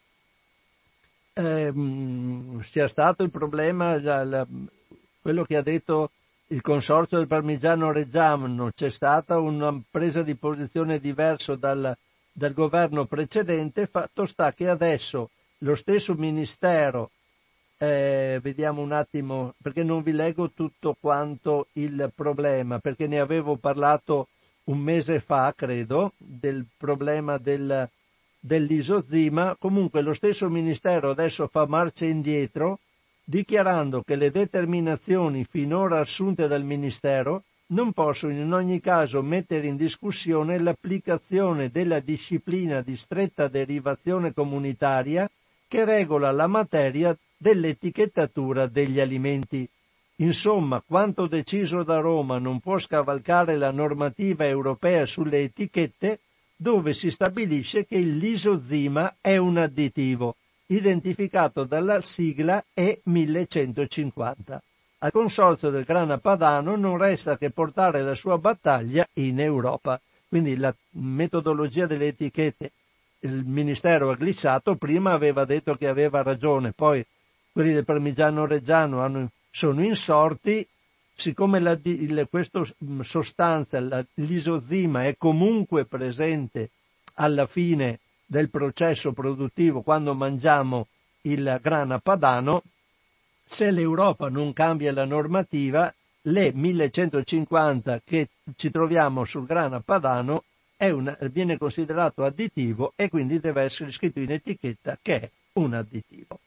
S1: Eh, sia stato il problema, la, la, quello che ha detto il consorzio del parmigiano reggiano, c'è stata una presa di posizione diversa dal, dal governo precedente, fatto sta che adesso lo stesso ministero, eh, vediamo un attimo, perché non vi leggo tutto quanto il problema, perché ne avevo parlato un mese fa, credo, del problema del, dell'isozima. Comunque lo stesso ministero adesso fa marcia indietro, dichiarando che le determinazioni finora assunte dal Ministero non possono in ogni caso mettere in discussione l'applicazione della disciplina di stretta derivazione comunitaria che regola la materia dell'etichettatura degli alimenti. Insomma, quanto deciso da Roma non può scavalcare la normativa europea sulle etichette, dove si stabilisce che l'isozima è un additivo, identificato dalla sigla E millecentocinquanta. Al consorzio del grana padano non resta che portare la sua battaglia in Europa. Quindi la metodologia delle etichette, il Ministero ha glissato, prima aveva detto che aveva ragione, poi quelli del parmigiano reggiano hanno, sono insorti, siccome la, il, questa sostanza, la, l'isozima, è comunque presente alla fine del processo produttivo quando mangiamo il grana padano, se l'Europa non cambia la normativa, l'E millecentocinquanta che ci troviamo sul grana padano è una, viene considerato additivo e quindi deve essere scritto in etichetta che è un additivo.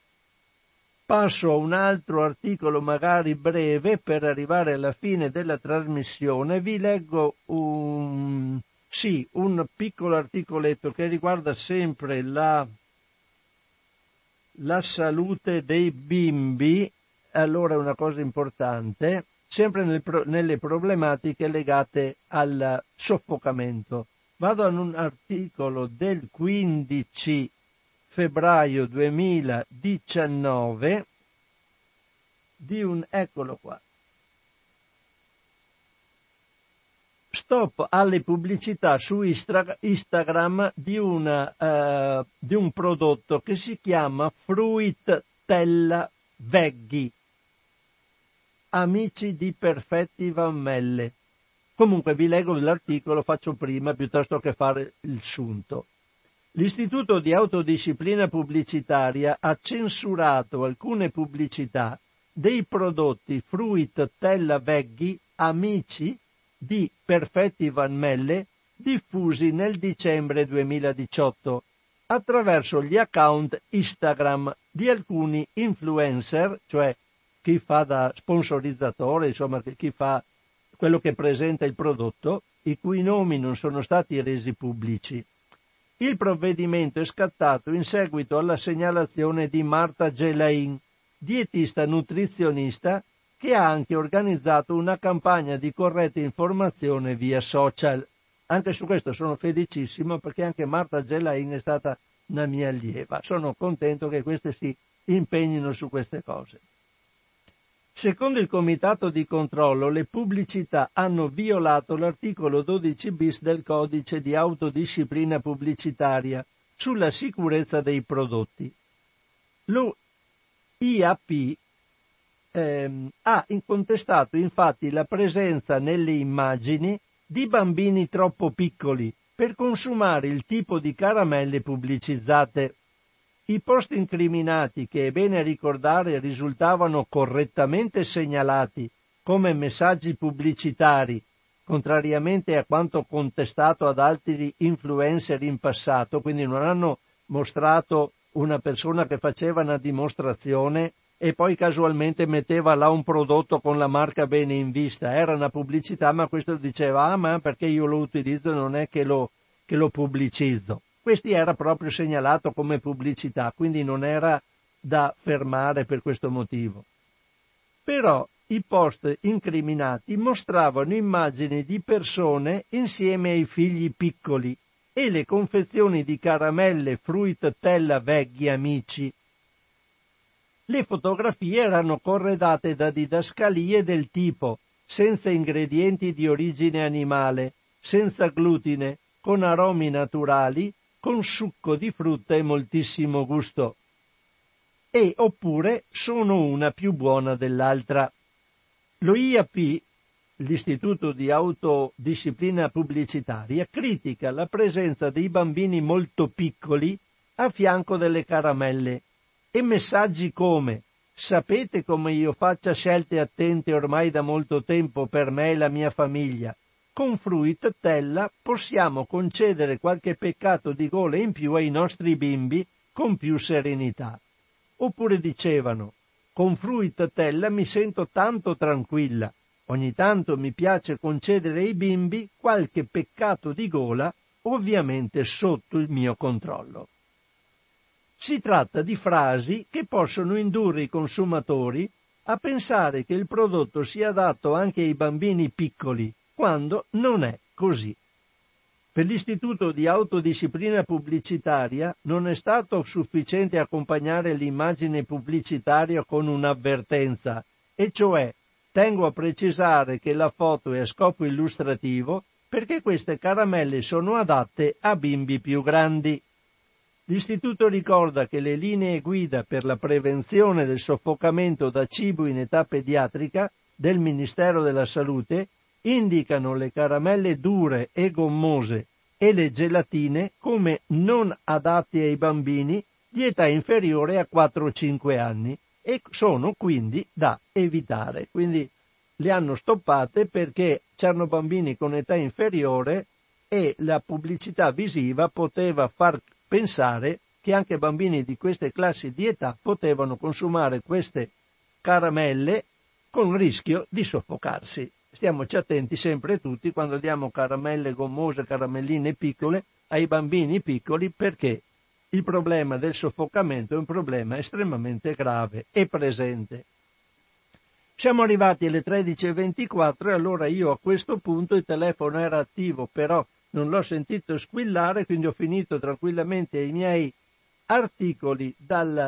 S1: Passo a un altro articolo magari breve per arrivare alla fine della trasmissione. Vi leggo un, sì, un piccolo articoletto che riguarda sempre la, la salute dei bimbi. Allora è una cosa importante, sempre nel, nelle problematiche legate al soffocamento. Vado a un articolo del quindici febbraio duemiladiciannove di un, eccolo qua, stop alle pubblicità su Instagram di, una, uh, di un prodotto che si chiama Fruittella Veggie, amici di Perfetti Vammelle. Comunque vi leggo l'articolo, faccio prima piuttosto che fare il sunto. L'Istituto di Autodisciplina Pubblicitaria ha censurato alcune pubblicità dei prodotti Fruittella Veggie, amici di Perfetti Vammelle, diffusi nel dicembre duemiladiciotto attraverso gli account Instagram di alcuni influencer, cioè chi fa da sponsorizzatore, insomma chi fa quello che presenta il prodotto, i cui nomi non sono stati resi pubblici. Il provvedimento è scattato in seguito alla segnalazione di Marta Gelain, dietista nutrizionista, che ha anche organizzato una campagna di corretta informazione via social. Anche su questo sono felicissimo perché anche Marta Gelain è stata una mia allieva. Sono contento che queste si impegnino su queste cose. Secondo il Comitato di controllo, le pubblicità hanno violato l'articolo dodici bis del Codice di Autodisciplina Pubblicitaria sulla sicurezza dei prodotti. Lo I A P ehm, ha contestato infatti la presenza nelle immagini di bambini troppo piccoli per consumare il tipo di caramelle pubblicizzate. I post incriminati, che è bene ricordare risultavano correttamente segnalati come messaggi pubblicitari contrariamente a quanto contestato ad altri influencer in passato, quindi non hanno mostrato una persona che faceva una dimostrazione e poi casualmente metteva là un prodotto con la marca bene in vista. Era una pubblicità, ma questo diceva, ah, ma perché io lo utilizzo, non è che lo, che lo pubblicizzo. Questi era proprio segnalato come pubblicità, quindi non era da fermare per questo motivo. Però i post incriminati mostravano immagini di persone insieme ai figli piccoli e le confezioni di caramelle Fruit-Tella Veggie Amici. Le fotografie erano corredate da didascalie del tipo senza ingredienti di origine animale, senza glutine, con aromi naturali, con succo di frutta e moltissimo gusto. E oppure sono una più buona dell'altra. Lo I A P, l'Istituto di Autodisciplina Pubblicitaria, critica la presenza dei bambini molto piccoli a fianco delle caramelle e messaggi come «Sapete come io faccia scelte attente ormai da molto tempo per me e la mia famiglia. Con Fruit-Tella possiamo concedere qualche peccato di gola in più ai nostri bimbi con più serenità». Oppure dicevano «Con Fruit-Tella mi sento tanto tranquilla. Ogni tanto mi piace concedere ai bimbi qualche peccato di gola, ovviamente sotto il mio controllo». Si tratta di frasi che possono indurre i consumatori a pensare che il prodotto sia adatto anche ai bambini piccoli, quando non è così. Per l'Istituto di Autodisciplina Pubblicitaria non è stato sufficiente accompagnare l'immagine pubblicitaria con un'avvertenza, e cioè tengo a precisare che la foto è a scopo illustrativo perché queste caramelle sono adatte a bimbi più grandi. L'Istituto ricorda che le linee guida per la prevenzione del soffocamento da cibo in età pediatrica del Ministero della Salute indicano le caramelle dure e gommose e le gelatine come non adatti ai bambini di età inferiore a quattro cinque anni e sono quindi da evitare. Quindi le hanno stoppate perché c'erano bambini con età inferiore e la pubblicità visiva poteva far pensare che anche bambini di queste classi di età potevano consumare queste caramelle con rischio di soffocarsi. Stiamoci attenti sempre tutti quando diamo caramelle gommose, caramelline piccole ai bambini piccoli, perché il problema del soffocamento è un problema estremamente grave e presente. Siamo arrivati alle tredici e ventiquattro e allora io a questo punto il telefono era attivo, però non l'ho sentito squillare, quindi ho finito tranquillamente i miei articoli dal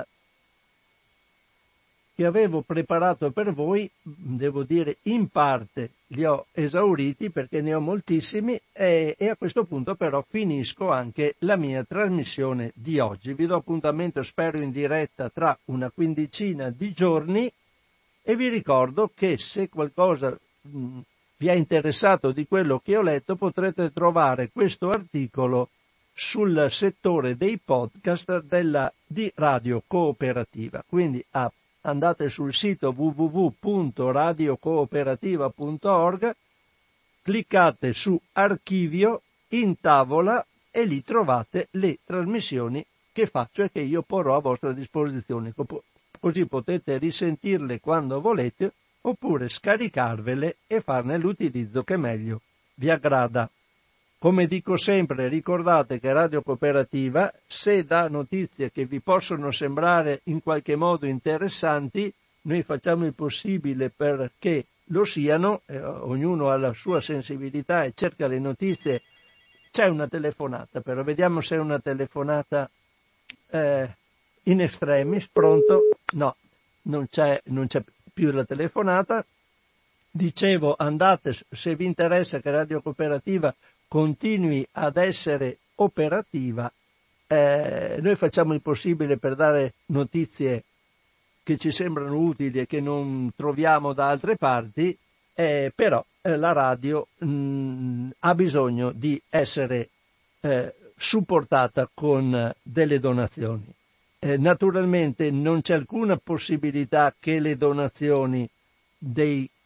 S1: che avevo preparato per voi. Devo dire in parte li ho esauriti perché ne ho moltissimi e, e a questo punto però finisco anche la mia trasmissione di oggi. Vi do appuntamento, spero in diretta, tra una quindicina di giorni e vi ricordo che se qualcosa mh, vi è interessato di quello che ho letto potrete trovare questo articolo sul settore dei podcast della, di Radio Cooperativa. Quindi ah, andate sul sito w w w punto radio cooperativa punto org, cliccate su archivio in tavola e lì trovate le trasmissioni che faccio e che io porrò a vostra disposizione. Così potete risentirle quando volete oppure scaricarvele e farne l'utilizzo che meglio vi aggrada. Come dico sempre, ricordate che Radio Cooperativa, se dà notizie che vi possono sembrare in qualche modo interessanti, noi facciamo il possibile perché lo siano, eh, ognuno ha la sua sensibilità e cerca le notizie. C'è una telefonata, però vediamo se è una telefonata eh, in extremis. Pronto? No, non c'è, non c'è più la telefonata. Dicevo, andate, se vi interessa che Radio Cooperativa continui ad essere operativa, eh, noi facciamo il possibile per dare notizie che ci sembrano utili e che non troviamo da altre parti, eh, però eh, la radio mh, ha bisogno di essere eh, supportata con delle donazioni. Eh, naturalmente non c'è alcuna possibilità che le donazioni dei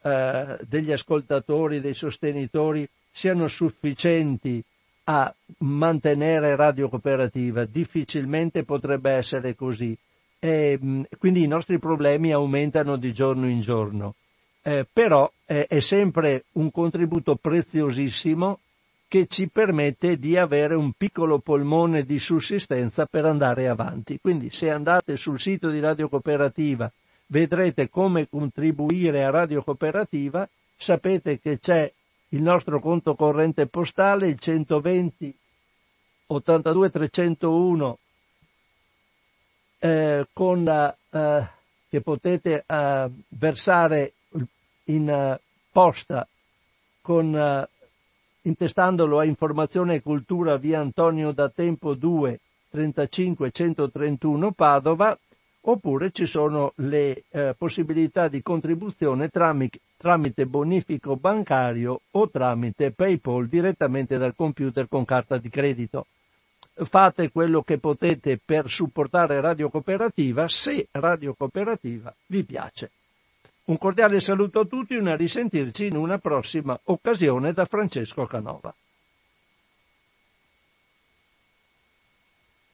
S1: eh, degli ascoltatori, dei sostenitori siano sufficienti a mantenere Radio Cooperativa. Difficilmente potrebbe essere così. E, quindi i nostri problemi aumentano di giorno in giorno. Eh, però eh, è sempre un contributo preziosissimo che ci permette di avere un piccolo polmone di sussistenza per andare avanti. Quindi se andate sul sito di Radio Cooperativa vedrete come contribuire a Radio Cooperativa, sapete che c'è il nostro conto corrente postale, il centoventi ottantadue trecentouno, eh, con la, eh, che potete eh, versare in uh, posta con uh, intestandolo a Informazione e Cultura via Antonio da Tempo due trentacinque centotrentuno Padova, oppure ci sono le uh, possibilità di contribuzione tramite, tramite bonifico bancario o tramite PayPal direttamente dal computer con carta di credito. Fate quello che potete per supportare Radio Cooperativa se Radio Cooperativa vi piace. Un cordiale saluto a tutti e a risentirci in una prossima occasione da Francesco Canova.